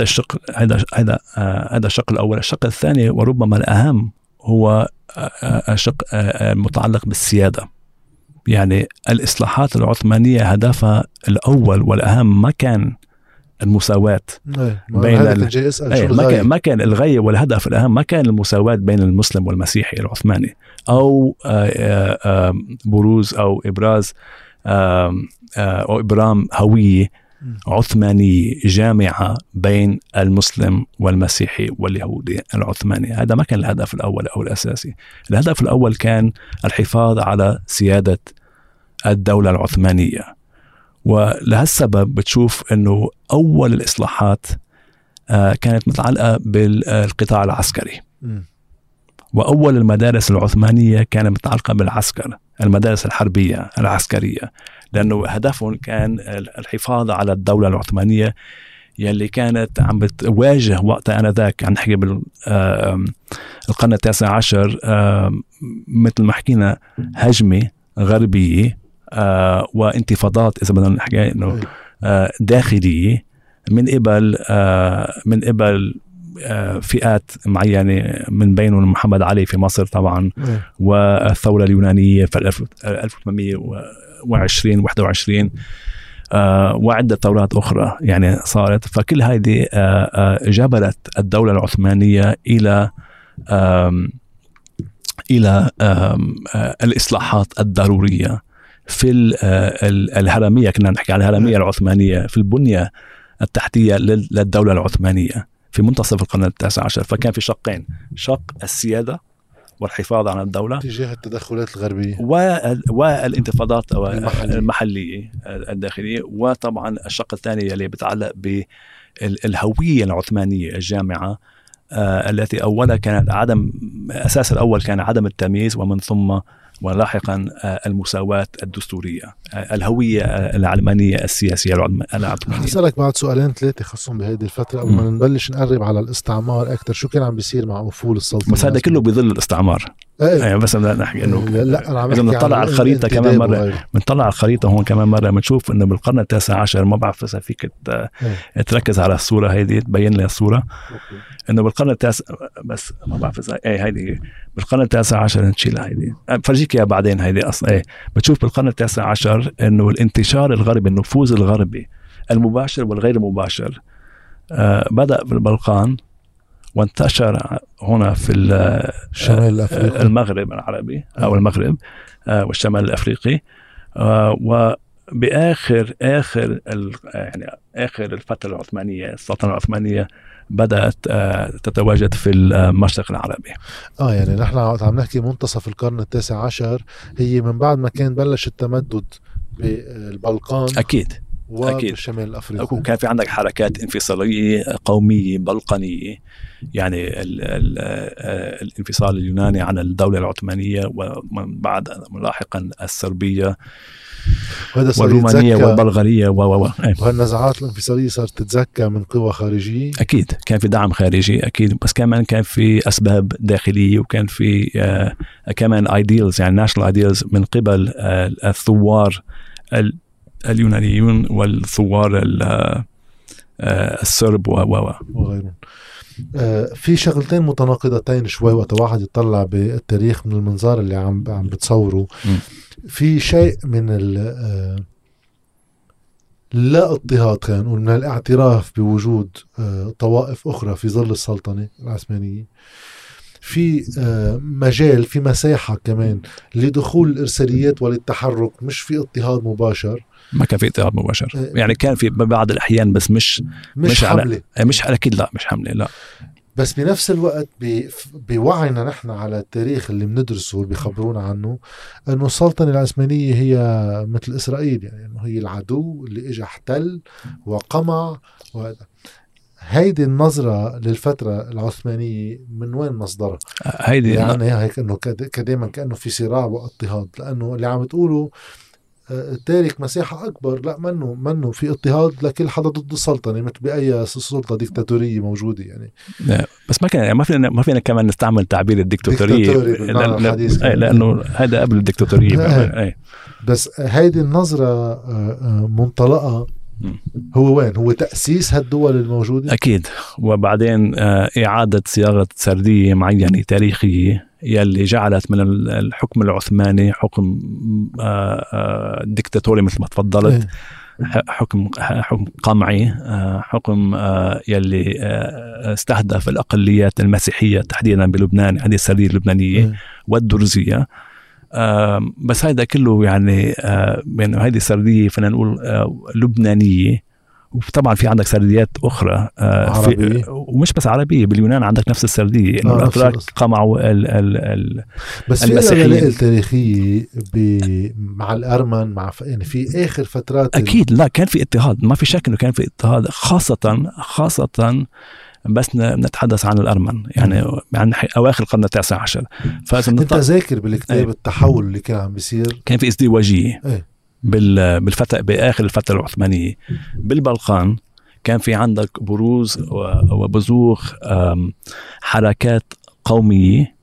الشق الأول. الشق الثاني وربما الأهم هو الشق المتعلق بالسيادة. يعني الإصلاحات العثمانية هدفها الأول والأهم ما كان المساواة بين ما كان الغاية والهدف الأهم ما كان المساواة بين المسلم والمسيحي العثماني أو بروز أو إبراز أو إبرام هوية عثمانية جامعة بين المسلم والمسيحي واليهودي العثماني. هذا ما كان الهدف الأول أو الأساسي. الهدف الأول كان الحفاظ على سيادة الدولة العثمانية. ولهالسبب بتشوف أنه أول الإصلاحات كانت متعلقة بالقطاع العسكري، وأول المدارس العثمانية كانت متعلقة بالعسكر، المدارس الحربية العسكرية، لأنه هدفهم كان الحفاظ على الدولة العثمانية يلي كانت عم بتواجه وقتها آنذاك، عم نحكي بالقرن التاسع عشر، مثل ما حكينا هجمة غربية وانتفاضات إذا بدنا نحكي إنه داخلية من قبل فئات معينة، من بينهم محمد علي في مصر طبعا، والثورة اليونانية في 1820-21 وعدة ثورات أخرى يعني صارت. فكل هذه جبرت الدولة العثمانية إلى الإصلاحات الضرورية في الهرمية. كنا نحكي عن الهرمية العثمانية في البنية التحتية للدولة العثمانية في منتصف القرن التاسع عشر. فكان في شقين: شق السيادة والحفاظ على الدولة تجاه التدخلات الغربية والانتفاضات المحلية الداخلية، وطبعا الشق الثاني اللي بيتعلق بالهوية العثمانية الجامعة التي أولا كانت أساس الأول كان عدم التمييز، ومن ثم ولاحقا المساواة الدستورية، الهوية العلمانية السياسية العثمانية. أسألك بعد سؤالين ثلاثة خصهم بهذه الفترة قبل ما نبلش نقرب على الاستعمار أكثر. شو كان عم بيصير مع أفول السلطنة؟ بس هذا كله بظل الاستعمار. يعني بس بدنا نحكي انه اذا بنطلع على الخريطه كمان مره، بنطلع على الخريطه هون كمان مره بنشوف انه بالقرن التاسع عشر، ما بعرف اذا فيك تركز على الصوره هيدي تبين لي الصوره، انه بالقرن التاسع، بس ما بعرف اذا هيدي بالقرن التاسع عشر، نشيلها هيدي فرجيك اياها بعدين. هيدي اصلا بتشوف بالقرن التاسع عشر انه الانتشار الغربي، النفوذ الغربي المباشر والغير مباشر بدأ بالبلقان وانتشر هنا في الشمال الأفريقي، المغرب العربي أو المغرب والشمال الأفريقي، وبآخر يعني آخر الفترة العثمانية، السلطنة العثمانية بدأت تتواجد في المشرق العربي. يعني نحن عم نحكي منتصف القرن التاسع عشر، هي من بعد ما كان بلش التمدد بالبلقان أكيد والشمال الأفريقي، وكان في عندك حركات انفصالية قومية بلقانية، يعني الانفصال اليوناني عن الدولة العثمانية، ومن بعد لاحقا الصربية والرومانية والبلغارية وهالنزعات الانفصالية صارت تتزكى من قوى خارجية. أكيد كان في دعم خارجي أكيد، بس كمان كان في أسباب داخلية، وكان في كمان ideals، يعني national ideals من قبل الثوار اليونانيون والثوار السرب وغيرهم. في شغلتين متناقضتين شوي وقت واحد يطلع بالتاريخ من المنظار اللي عم بتصوره. في شيء من لا اضطهاد، خلينا نقول، من الاعتراف بوجود طوائف أخرى في ظل السلطنة العثمانية، في مجال، في مساحة كمان لدخول الإرساليات وللتحرك، مش في اضطهاد مباشر. ما كان في اضطهاد مباشر، يعني كان في بعض الأحيان، بس مش حملة، مش أكيد لا، مش حملة لا. بس بنفس الوقت بوعينا نحن على التاريخ اللي بندرسه واللي بيخبرونا عنه، أنه السلطنة العثمانية هي مثل إسرائيل، يعني أنه هي العدو اللي إجا احتل وقمع. وهذا هيدي النظرة للفترة العثمانية من وين مصدرها؟ هيدي يعني هيك أنه كدائما كأنه في صراع واضطهاد، لأنه اللي عم تقوله تارك مساحة أكبر، لا منه في اضطهاد لكل حدا ضد السلطنة، مثل بأي سلطة ديكتاتورية موجودة يعني. بس ما فينا كمان نستعمل تعبير الديكتاتورية لأنه هذا قبل الديكتاتورية. بس هيدي النظرة منطلقة هو وين؟ هو تأسيس هالدول الموجودة؟ أكيد، وبعدين إعادة صياغة سردية معينة تاريخية يلي جعلت من الحكم العثماني حكم ديكتاتوري مثل ما تفضلت، حكم قمعي، حكم يلي استهدف الأقليات المسيحية تحديدا بلبنان، هذه السردية اللبنانية والدرزية. بس هذا كله يعني هذه السردية فينا نقول لبنانية. وطبعا في عندك سرديات أخرى عربية، ومش بس عربية، باليونان عندك نفس السردية، إنه الأتراك قمعوا بس المسيحيين. في التاريخية مع الأرمن، مع يعني في آخر فترات أكيد لا كان في اضطهاد، ما في شك إنه كان في اضطهاد، خاصة بس نتحدث عن الأرمن يعني عن أواخر القرن التاسع عشر. أنت ذاكر بالكتاب التحول اللي كان عم بيصير، كان في ازدواجية بالفترة بآخر الفترة العثمانية بالبلقان. كان في عندك بروز وبزوخ حركات قومية،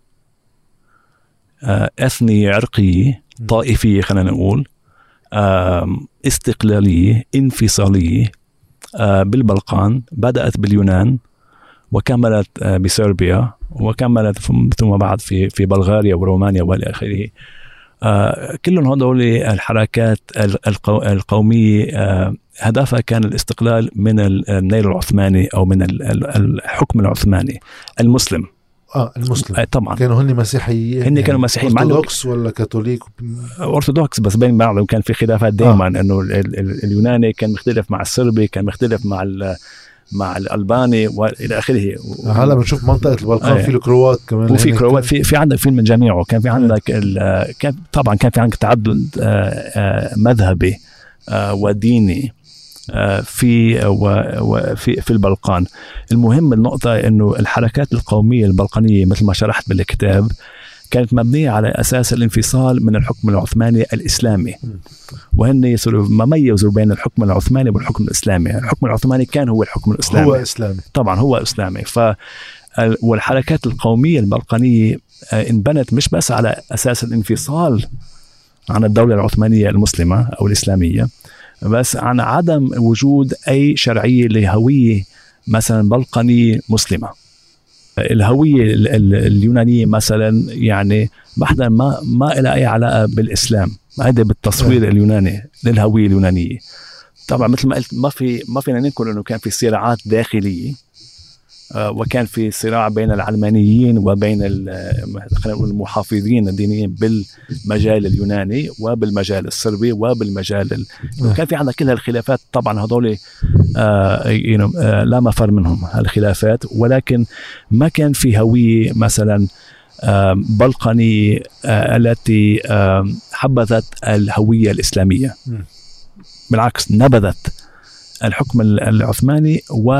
أثنية، عرقية، طائفية، خلينا نقول استقلالية، انفصالية بالبلقان. بدأت باليونان وكملت بصربيا وكملت ثم بعد في بلغاريا ورومانيا والى اخره. كلهم هذول الحركات القومية هدفها كان الاستقلال من النيل العثماني او من الحكم العثماني المسلم. المسلم طبعا كانوا هن مسيحيين، هن كانوا مسيحيين، أرثوذكس ولا كاثوليك؟ أرثوذكس، بس بين بعضهم كان في خلافات دائما. انه اليوناني كان مختلف مع الصربي، كان مختلف مع الألباني والى اخره. هلا بنشوف منطقة البلقان في الكروات كمان، وفي كروات، في عندك في من جميعه. كان في عندك طبعا كان في عندك تعدد مذهبي وديني في البلقان. المهم النقطة انه الحركات القومية البلقانية مثل ما شرحت بالكتاب كانت مبنية على أساس الانفصال من الحكم العثماني الإسلامي، وهن يصيروا مميزوا بين الحكم العثماني والحكم الإسلامي. الحكم العثماني كان هو الحكم الإسلامي، هو إسلامي طبعا، هو إسلامي. والحركات القومية البلقانية انبنت مش بس على أساس الانفصال عن الدولة العثمانية المسلمة أو الإسلامية، بس عن عدم وجود أي شرعية لهوية مثلا بلقانية مسلمة. الهوية اليونانية مثلا يعني بحثا ما إلى أي علاقة بالإسلام، هذا بالتصوير اليوناني للهوية اليونانية. طبعا مثل ما قلت ما فينا ننكر إنه كان في صراعات داخلية، وكان في صراع بين العلمانيين وبين خلينا نقول المحافظين الدينيين بالمجال اليوناني وبالمجال الصربي وبالمجال كان في عندنا كل هالخلافات. طبعا هذول لا مفر منهم هالخلافات، ولكن ما كان في هوية مثلا بلقانية التي حبذت الهوية الإسلامية. بالعكس، نبذت الحكم العثماني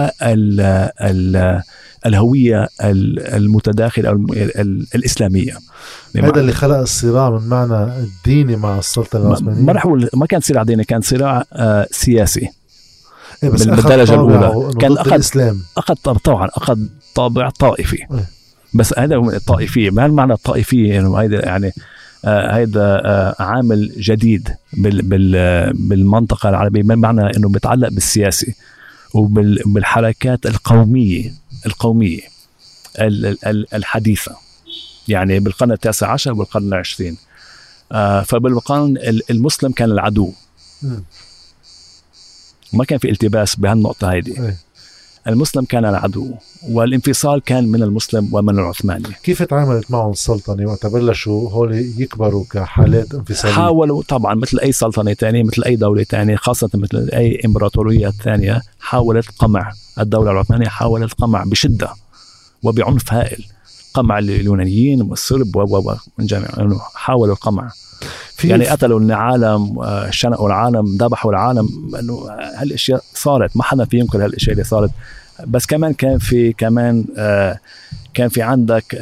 والهوية المتداخلة أو الإسلامية. هذا اللي خلق الصراع من معنى الديني مع السلطنة العثمانية. ما كان صراع ديني، كان صراع سياسي بالدرجة الأولى. كان أخذ طابع طائفي. بس هذا الطائفية، ما المعنى الطائفية؟ يعني هذا عامل جديد بالمنطقة العربية، بمعنى أنه بيتعلق بالسياسي وبالحركات القومية الحديثة، يعني بالقرن التاسع عشر والقرن العشرين. فبالقرن المسلم كان العدو، ما كان في التباس بهالنقطة هذه. المسلم كان العدو، والانفصال كان من المسلم ومن العثماني. كيف تعاملت معهم السلطنة وقت بلشوا هول يكبروا كحالات انفصالية؟ حاولوا طبعا مثل أي سلطنة تانية، مثل أي دولة تانية، خاصة مثل أي إمبراطورية تانية، حاولت قمع الدولة العثمانية، حاولت قمع بشدة وبعنف هائل، قمع اليونانيين والصرب ومن جميع، حاولوا القمع. يعني قتلوا العالم، شنقوا العالم، ذبحوا العالم. انه هالاشياء صارت، ما حدا في ينكر هالاشياء اللي صارت. بس كمان كان في عندك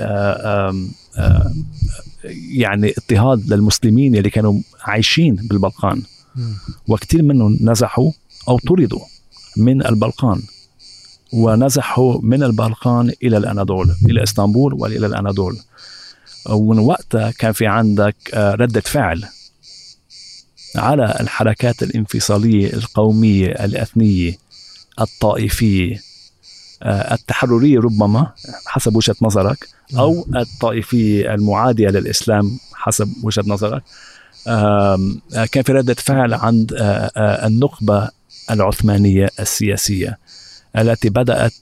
يعني اضطهاد للمسلمين اللي كانوا عايشين بالبلقان، وكثير منهم نزحوا او طردوا من البلقان، ونزحوا من البلقان الى الاناضول، الى اسطنبول والى الاناضول. ومن وقتها كان في عندك ردة فعل على الحركات الانفصالية القومية الأثنية الطائفية التحررية ربما حسب وجهة نظرك، أو الطائفية المعادية للإسلام حسب وجهة نظرك. كان في ردة فعل عند النخبة العثمانية السياسية التي بدأت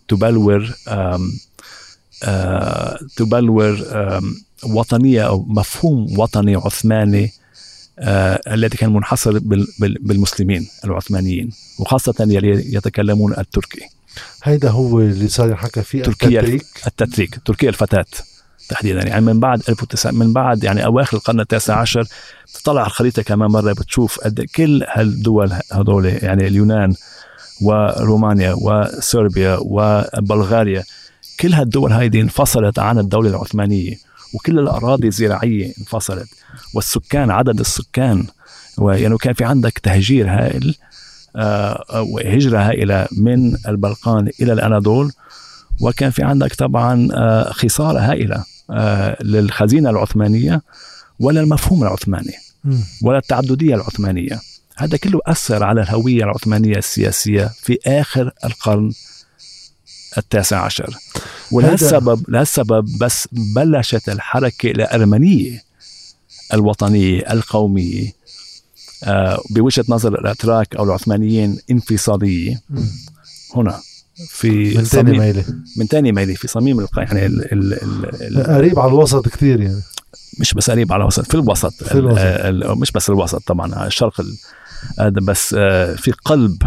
تبلور وطنية أو مفهوم وطني عثماني الذي كان منحصر بالمسلمين العثمانيين، وخاصة يلي يتكلمون التركي. هيدا هو اللي صار يحكى فيه التتريك تركيا الفتاة تحديدا. يعني من بعد يعني أواخر القرن 19 تطلع الخريطة كمان مرة بتشوف كل هالدول هذول، يعني اليونان ورومانيا وصربيا وبلغاريا، كل هالدول هايدي انفصلت عن الدولة العثمانية، وكل الأراضي الزراعية انفصلت، والسكان عدد السكان، يعني كان في عندك تهجير هائل وهجرة هائلة من البلقان إلى الأناضول، وكان في عندك طبعا خسارة هائلة للخزينة العثمانية ولا المفهوم العثماني ولا التعددية العثمانية. هذا كله أثر على الهوية العثمانية السياسية في آخر القرن 19. ولهالسبب بس بلشت الحركة الأرمنية الوطنية القومية بوجهة نظر الأتراك أو العثمانيين انفصالية هنا في من تاني ميلي في صميم يعني قريب على الوسط كتير، يعني مش بس قريب على الوسط، في الوسط مش بس الوسط طبعا الشرق بس في قلب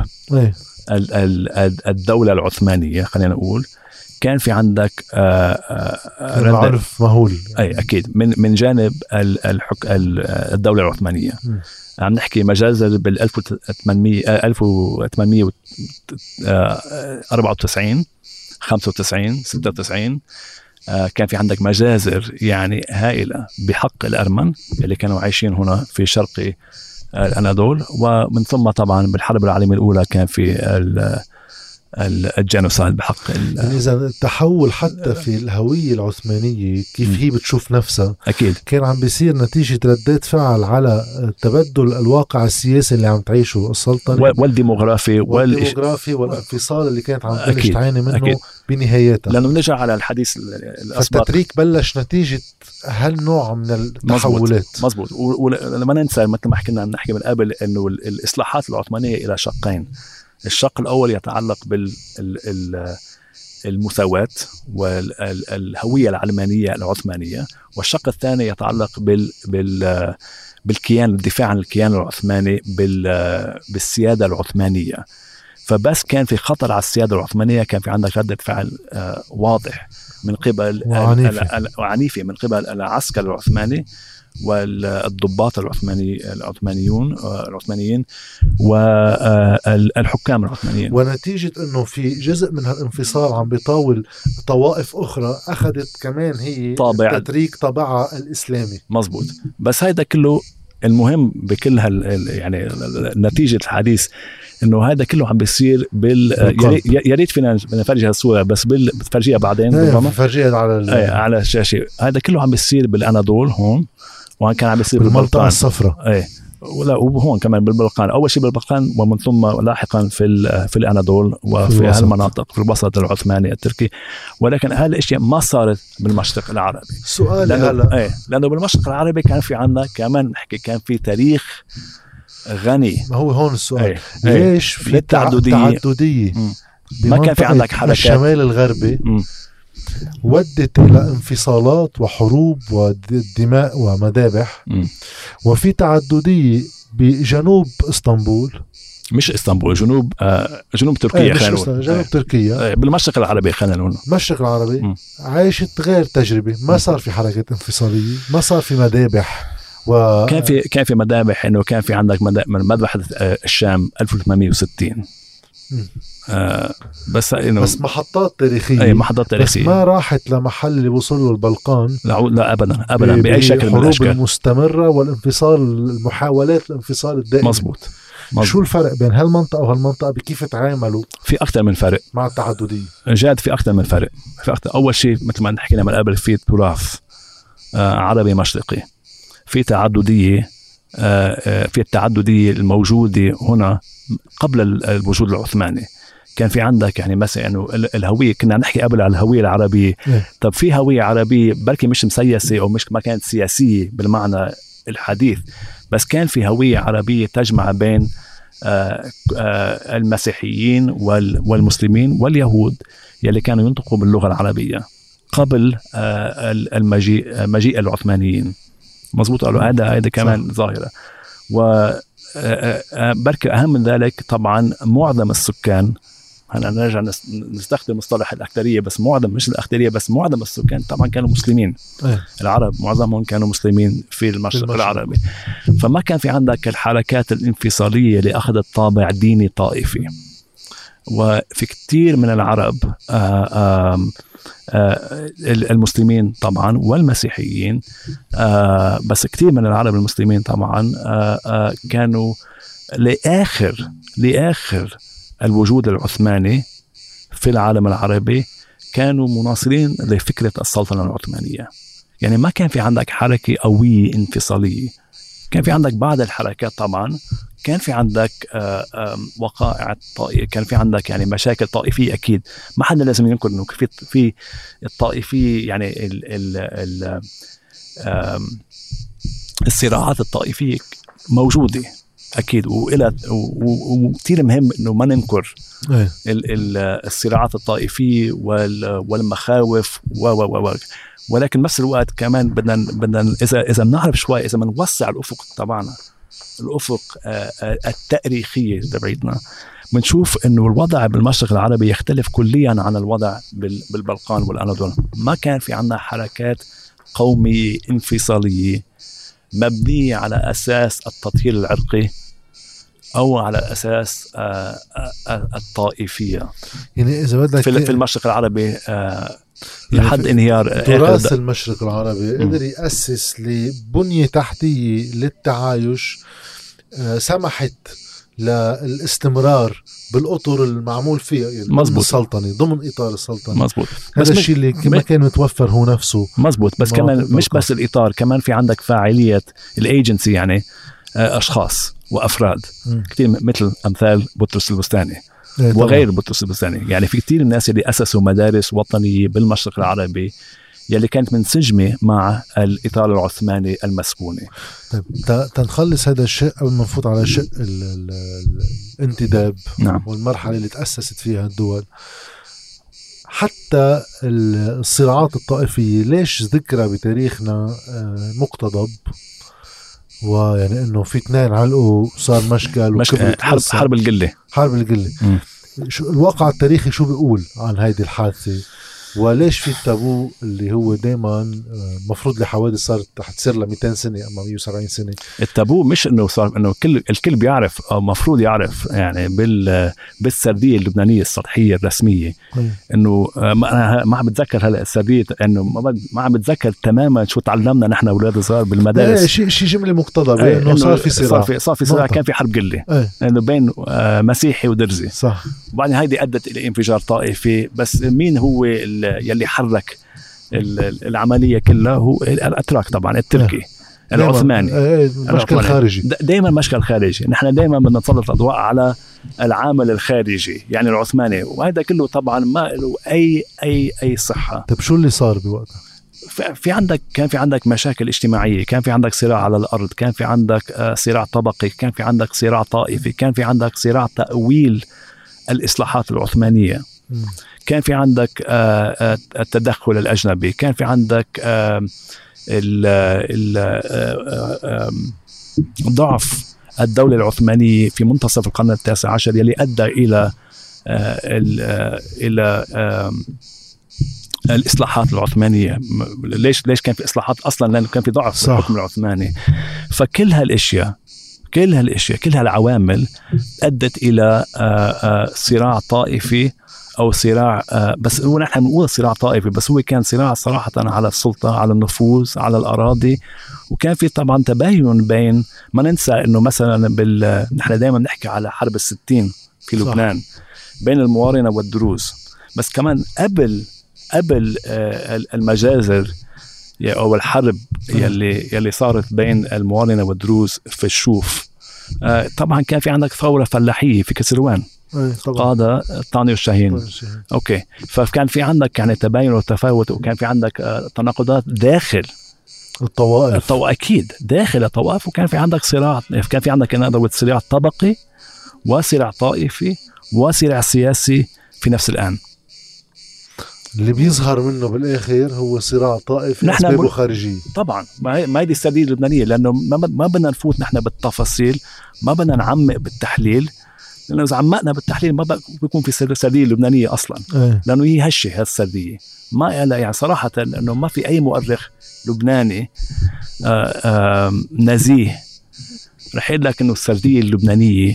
الدولة العثمانية خلينا نقول. كان في عندك معرف مهول، أي أكيد من جانب الدولة العثمانية. عم نحكي مجازر بال 1894 95 96 كان في عندك مجازر يعني هائلة بحق الأرمن اللي كانوا عايشين هنا في شرق الأناضول، ومن ثم طبعا بالحرب العالمية الأولى كان في الجينوسايد بحق يعني إذا التحول حتى في الهوية العثمانية كيف هي بتشوف نفسها أكيد كان عم بيصير نتيجة ردات فعل على تبدل الواقع السياسي اللي عم تعيشه السلطنة والديموغرافي والانفصال اللي كانت عم تبلش تعاني منه بنهايتها. لأنه نرجع على الحديث الأسبق، فالتتريك بلش نتيجة هالنوع من التحولات. مزبوط. ولما ننسى مثل ما حكينا نحكي من قبل إنه الإصلاحات العثمانية إلى شقين. الشق الأول يتعلق بالمساواة والهوية العلمانية العثمانية، والشق الثاني يتعلق بالكيان، الدفاع عن الكيان العثماني بالسيادة العثمانية. فبس كان في خطر على السيادة العثمانية كان في عندك ردة فعل واضح من قبل وعنيفة من قبل العسكر العثماني والضباط العثمانيين والحكام العثمانيين. ونتيجة أنه في جزء من هالانفصال عم بيطاول طوائف أخرى أخذت كمان هي التتريك طابعها الإسلامي. مزبوط. بس هيدا كله المهم بكل يعني نتيجة الحديث إنه هذا كله عم بيصير يا ريت فينا نفرجها الصورة بس بتفرجيها بعدين نفرجيها على الشاشة. هذا كله عم بيصير بالأناضول هون، وهون كان عم بيصير بالمنطقة الصفراء وهون كمان بالبلقان. أول شيء بالبلقان ومن ثم لاحقا في الأناضول وفي هالمناطق في الوسط العثماني التركي. ولكن هذه الأشياء ما صارت بالمشرق العربي. سؤال لأنه بالمشرق العربي كان في عندنا كمان نحكي كان في تاريخ غني. ما هو هون السؤال ليش في تعددية ما كان في عندك حركات الشمال الغربي ودت إلى انفصالات وحروب ودماء ومذابح، وفي تعددية بجنوب اسطنبول، مش اسطنبول، جنوب تركيا خلينا نقول جنوب تركيا بالمشرق العربي خلينا نقول المشرق العربي عايشت غير تجربة. ما صار في حركة انفصالية، ما صار في مذابح كان في مذابح. انه كان في عندك مذبحة الشام 1860 بس انه بس محطات تاريخية. اي محطات تاريخية بس ما راحت لمحل اللي وصلوا البلقان. لا ابدا باي شكل من الاشكال. الحروب المستمرة والانفصال، المحاولات الانفصال الدائم. مزبوط. شو الفرق بين هالمنطقة وهالمنطقة بكيف تعاملوا؟ في أكثر من فرق مع التعددية. جاد في أكثر من فرق. أول شيء مثل ما حكينا من قبل في تراث عربي مشرقي، في تعددية، في التعددية الموجودة هنا قبل الوجود العثماني. كان في عندك يعني مثلا انه الهويه، كنا نحكي قبل على الهويه العربيه. طب في هويه عربية بركي مش مسيسه او مش ما كانت سياسيه بالمعنى الحديث، بس كان في هويه عربيه تجمع بين المسيحيين والمسلمين واليهود يلي كانوا ينطقوا باللغه العربيه قبل مجيء العثمانيين. مزبوط. قالوا هذا كمان ظاهره. وبركي اهم من ذلك طبعا معظم السكان، هلا نرجع نستخدم مصطلح الأكثرية، بس مش الأكثرية بس معظم السكان طبعا كانوا مسلمين. العرب معظمهم كانوا مسلمين في المشرق العربي. فما كان في عندك الحركات الانفصالية اللي أخذت طابع ديني طائفي. وفي كتير من العرب المسلمين طبعا والمسيحيين، بس كتير من العرب المسلمين طبعا كانوا لآخر الوجود العثماني في العالم العربي كانوا مناصرين لفكرة السلطنة العثمانية. يعني ما كان في عندك حركة قوية انفصالية. كان في عندك بعض الحركات طبعا، كان في عندك وقائع طائفية، كان في عندك يعني مشاكل طائفية أكيد، ما حدا لازم ينكر إنه في الطائفية يعني الصراعات الطائفية موجودة أكيد، وكتير مهم إنه ما ننكر الصراعات الطائفية والمخاوف ولكن نفس الوقت كمان بدنا إذا بنعرف شوي، إذا بنوسع الأفق تبعنا، الأفق التاريخية تبعتنا، بنشوف إنه الوضع بالمشرق العربي يختلف كليا عن الوضع بالبلقان والأناضول. ما كان في عنا حركات قومية انفصالية مبنية على أساس التطهير العرقي أو على أساس الطائفية. يعني إذا بدك في المشرق العربي لحد انهيار تراث المشرق العربي قدر يأسس لبنية تحتية للتعايش سمحت للاستمرار بالأطر المعمول فيها، يعني ضمن السلطنة، ضمن إطار السلطنة. مزبوط. هذا الشيء اللي ما كان متوفر هو نفسه. مزبوط. بس كمان مش بس الإطار، كمان في عندك فاعلية الأيجنسي، يعني أشخاص وأفراد كتير مثل أمثال بطرس البستاني وغير بطرس البستاني. يعني في كتير الناس اللي أسسوا مدارس وطنية بالمشرق العربي يلي كانت منسجمة مع الإطار العثماني المسكوني. طيب تنخلص هذا الشيء قبل ما نفوت على شيء الانتداب. نعم. والمرحلة اللي تأسست فيها الدول. حتى الصراعات الطائفية ليش ذكرى بتاريخنا مقتضب، ويعني انه في اثنين علقوا صار مشكل حرب القلة. شو الواقع التاريخي شو بيقول عن هيدي الحادثة، وليش في التابو اللي هو دايما مفروض لحوادث صارت تصير ل 200 سنة أما 170 سنة؟ التابو مش انه صار انه الكل بيعرف او مفروض يعرف، يعني بالسردية اللبنانية السطحية الرسمية انه ما عم بتذكر هلا السردية، انه ما عم بتذكر تماما شو تعلمنا نحن اولاد صغار بالمدارس. شيء جملة مقتضبة انه صار في صراع كان في حرب قلة انه بين مسيحي ودرزي. صح. وبعدين هيدي ادت الى انفجار طائفي. بس مين هو يلي حرك العملية كلها؟ هو الأتراك طبعا، التركي العثماني. مشكل خارجي، دائما مشكل خارجي. نحن دائما بدنا نسلط الأضواء على العامل الخارجي يعني العثماني، وهذا كله طبعا ما له أي صحة. طيب شو اللي صار بوقتها؟ كان في عندك مشاكل اجتماعية، كان في عندك صراع على الأرض، كان في عندك صراع طبقي، كان في عندك صراع طائفي، كان في عندك صراع تأويل الإصلاحات العثمانية، كان في عندك التدخل الأجنبي، كان في عندك ضعف الدولة العثمانية في منتصف القرن التاسع عشر يلي أدى إلى الإصلاحات العثمانية. ليش كان في إصلاحات أصلا؟ لأنه كان في ضعف في الحكم العثماني. فكل هالأشياء كل هالعوامل أدت إلى صراع طائفي أو صراع، بس هو نحن بنقول صراع طائفي، بس هو كان صراع صراحة على السلطة، على النفوذ، على الأراضي. وكان في طبعا تباين بين، ما ننسى إنه مثلا نحن دائما نحكي على حرب 60 في لبنان بين الموارنة والدروز، بس كمان قبل المجازر أو الحرب يلي صارت بين الموارنة والدروز في الشوف. طبعا كان في عندك ثورة فلاحية في كسروان طبعا. قاد طاني والشاهين. اوكي، فكان في عندك يعني تباين وتفاوت، وكان في عندك تناقضات داخل الطوائف. اكيد داخل الطوائف، وكان في عندك صراع، كان في عندك صراع طبقي وصراع طائفي وصراع سياسي في نفس الآن. اللي بيظهر منه بالآخر هو صراع طائفي أسبابه خارجية. طبعا ما هي دي السردية اللبنانية، لأنه ما بدنا نفوت نحن بالتفاصيل، ما بدنا نعمق بالتحليل، لأنه إذا عمقنا بالتحليل ما بيكون في سردية لبنانية أصلا. لأنه هي هشة هالسردية، ما يعني صراحة أنه ما في أي مؤرخ لبناني نزيه رح يقول لك أنه السردية اللبنانية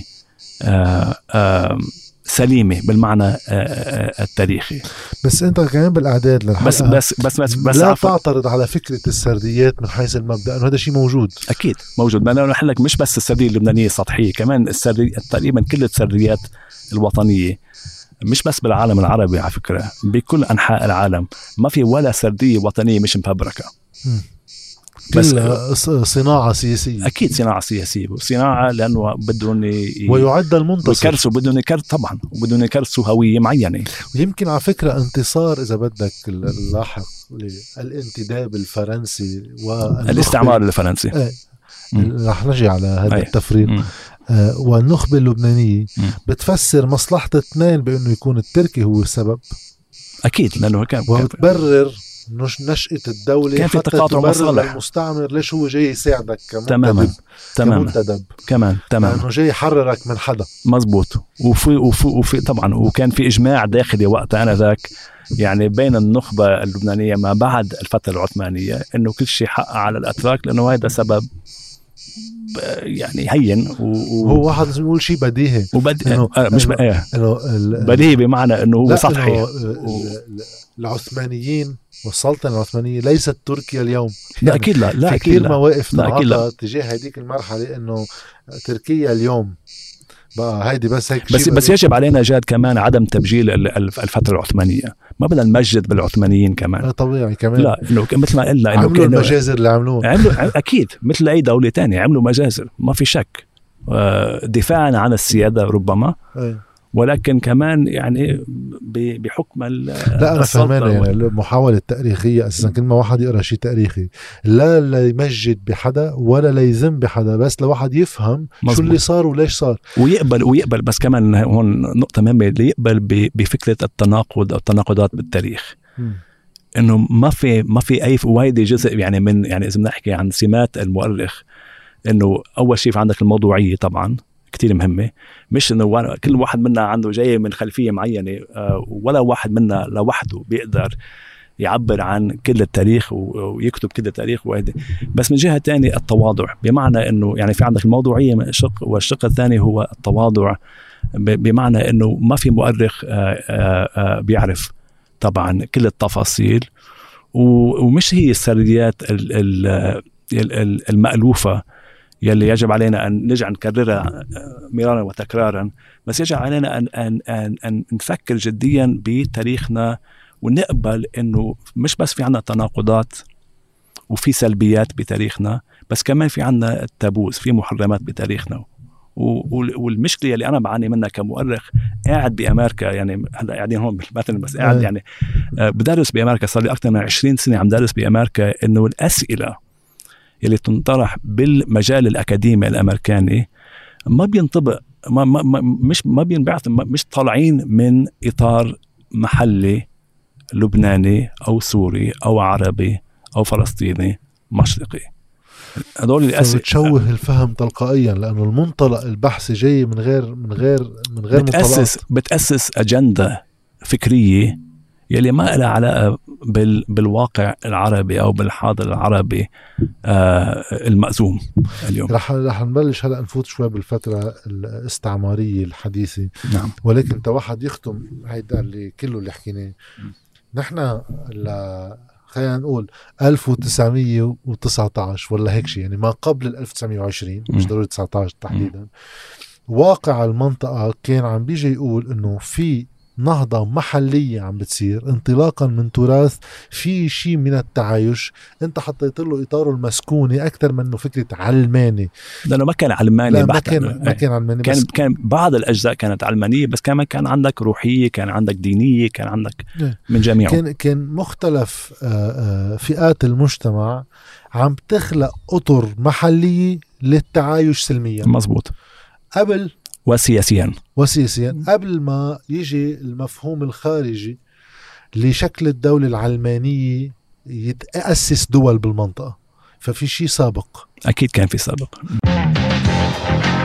سليمة بالمعنى التاريخي. بس انت كمان بالاعداد للحلقة بس لا تعترض على فكرة السرديات من حيث المبدأ انه هذا شيء موجود. اكيد موجود، انا رح لك مش بس السردية اللبنانية سطحية، كمان السردية تقريبا كل السرديات الوطنية مش بس بالعالم العربي، على فكرة بكل انحاء العالم ما في ولا سردية وطنية مش مفبركة. بس صناعة سياسية. أكيد صناعة سياسية، وصناعة لأنه بدهم ويعد المنتصر، ويكرسوا بدهم طبعا، وبدهم يكرسوا هوية معينة. ويمكن على فكرة انتصار إذا بدك اللاحق للانتداب الفرنسي والاستعمار الفرنسي. رح نجي على هذا التفريق. والنخبة اللبنانية بتفسر مصلحة اثنين بأنه يكون التركي هو السبب. أكيد، لأنه كان وبتبرر نشأة الدولة كان في تقاطع مصالح. المستعمر ليش هو جاي يساعدك تماما كمنتدب. تماما لأنه جاي يحررك من حدا. مزبوط. وفي طبعا، وكان في إجماع داخلي وقتها أنا ذاك يعني بين النخبة اللبنانية ما بعد الفترة العثمانية إنه كل شيء حق على الأتراك، لأنه هذا سبب يعني هين هو واحد لازم يقول شيء بديهي. مش بديهي بمعنى إنه هو سطحي. العثمانيين والسلطنة العثمانية ليست تركيا اليوم. لا أكيد لا في كثير مواقف تعاطى تجاه هذيك المرحلة إنه تركيا اليوم بقى هيدي بس هيك. بس يجب علينا جاد كمان عدم تبجيل الفترة العثمانية، ما بدنا نمجد بالعثمانيين كمان. طبيعي كمان. لا إنه مثل ما قلنا إنه عملوا المجازر اللي عملوا أكيد مثل أي دولة تانية عملوا مجازر، ما في شك، دفاعا عن السيادة ربما. ولكن كمان يعني بحكم لا أنا فهمان يعني المحاولة التاريخية أساسا كل ما واحد يقرأ شيء تاريخي لا يمجد بحدا ولا لا يذم بحدا، بس لواحد يفهم شو اللي صار وليش صار ويقبل بس كمان هون نقطة مهمة، اللي يقبل بفكرة التناقض أو التناقضات بالتاريخ. إنه ما في أي، وهيدي جزء يعني من يعني إذا بنحكي عن سمات المؤرخ، إنه أول شيء في عندك الموضوعية طبعا كتير مهمة، مش إنه كل واحد منا عنده جاي من خلفية معينة، ولا واحد منا لوحده بيقدر يعبر عن كل التاريخ ويكتب كل التاريخ بس من جهة تانية التواضع، بمعنى إنه يعني في عندك الموضوعية شق، والشق الثاني هو التواضع، بمعنى إنه ما في مؤرخ بيعرف طبعا كل التفاصيل، ومش هي السرديات المألوفة يلي يجب علينا أن نرجع نكررها مرارا وتكرارا، بس يجب علينا أن نفكر جديا بتاريخنا ونقبل أنه مش بس في عنا تناقضات وفي سلبيات بتاريخنا، بس كمان في عنا التابوس، في محرمات بتاريخنا. والمشكلة اللي أنا بعاني منها كمؤرخ قاعد بأمريكا، يعني هلا قاعدين هون بالمثل بس قاعد يعني بدرس بأمريكا، صار لي أكثر من 20 سنة عم درس بأمريكا، إنه الأسئلة اللي تنطرح بالمجال الأكاديمي الأمريكاني ما بينطبق، ما بينبعث، مش طالعين من إطار محلي لبناني أو سوري أو عربي أو فلسطيني مشرقي. هذول الأسئلة تشوه الفهم تلقائيا، لأنه المنطلق البحثي جاي من غير بتأسس أجندة فكرية يلي ما لها علاقة بالواقع العربي أو بالحاضر العربي المأزوم اليوم. رح نبلش هلأ نفوت شوي بالفترة الاستعمارية الحديثة. نعم. ولكن انت واحد يختم هيدا اللي كله اللي حكيناه نحن خلينا نقول 1919 ولا هيك شيء، يعني ما قبل 1920 مش ضروري 19 تحديدا. واقع المنطقة كان عم بيجي يقول انه في نهضة محلية عم بتصير انطلاقا من تراث في شيء من التعايش. انت حطيت له اطاره المسكوني اكثر منه فكرة علماني، لانه ما كان علماني، ما كان علماني، كان بعض الاجزاء كانت علمانية، بس كمان كان عندك روحية، كان عندك دينية، كان عندك من جميعه. كان مختلف فئات المجتمع عم تخلق اطر محلية للتعايش سلميا. مزبوط. قبل وسياسيا قبل ما يجي المفهوم الخارجي لشكل الدولة العلمانية يتأسس دول بالمنطقة. ففي شيء سابق، أكيد كان في سابق.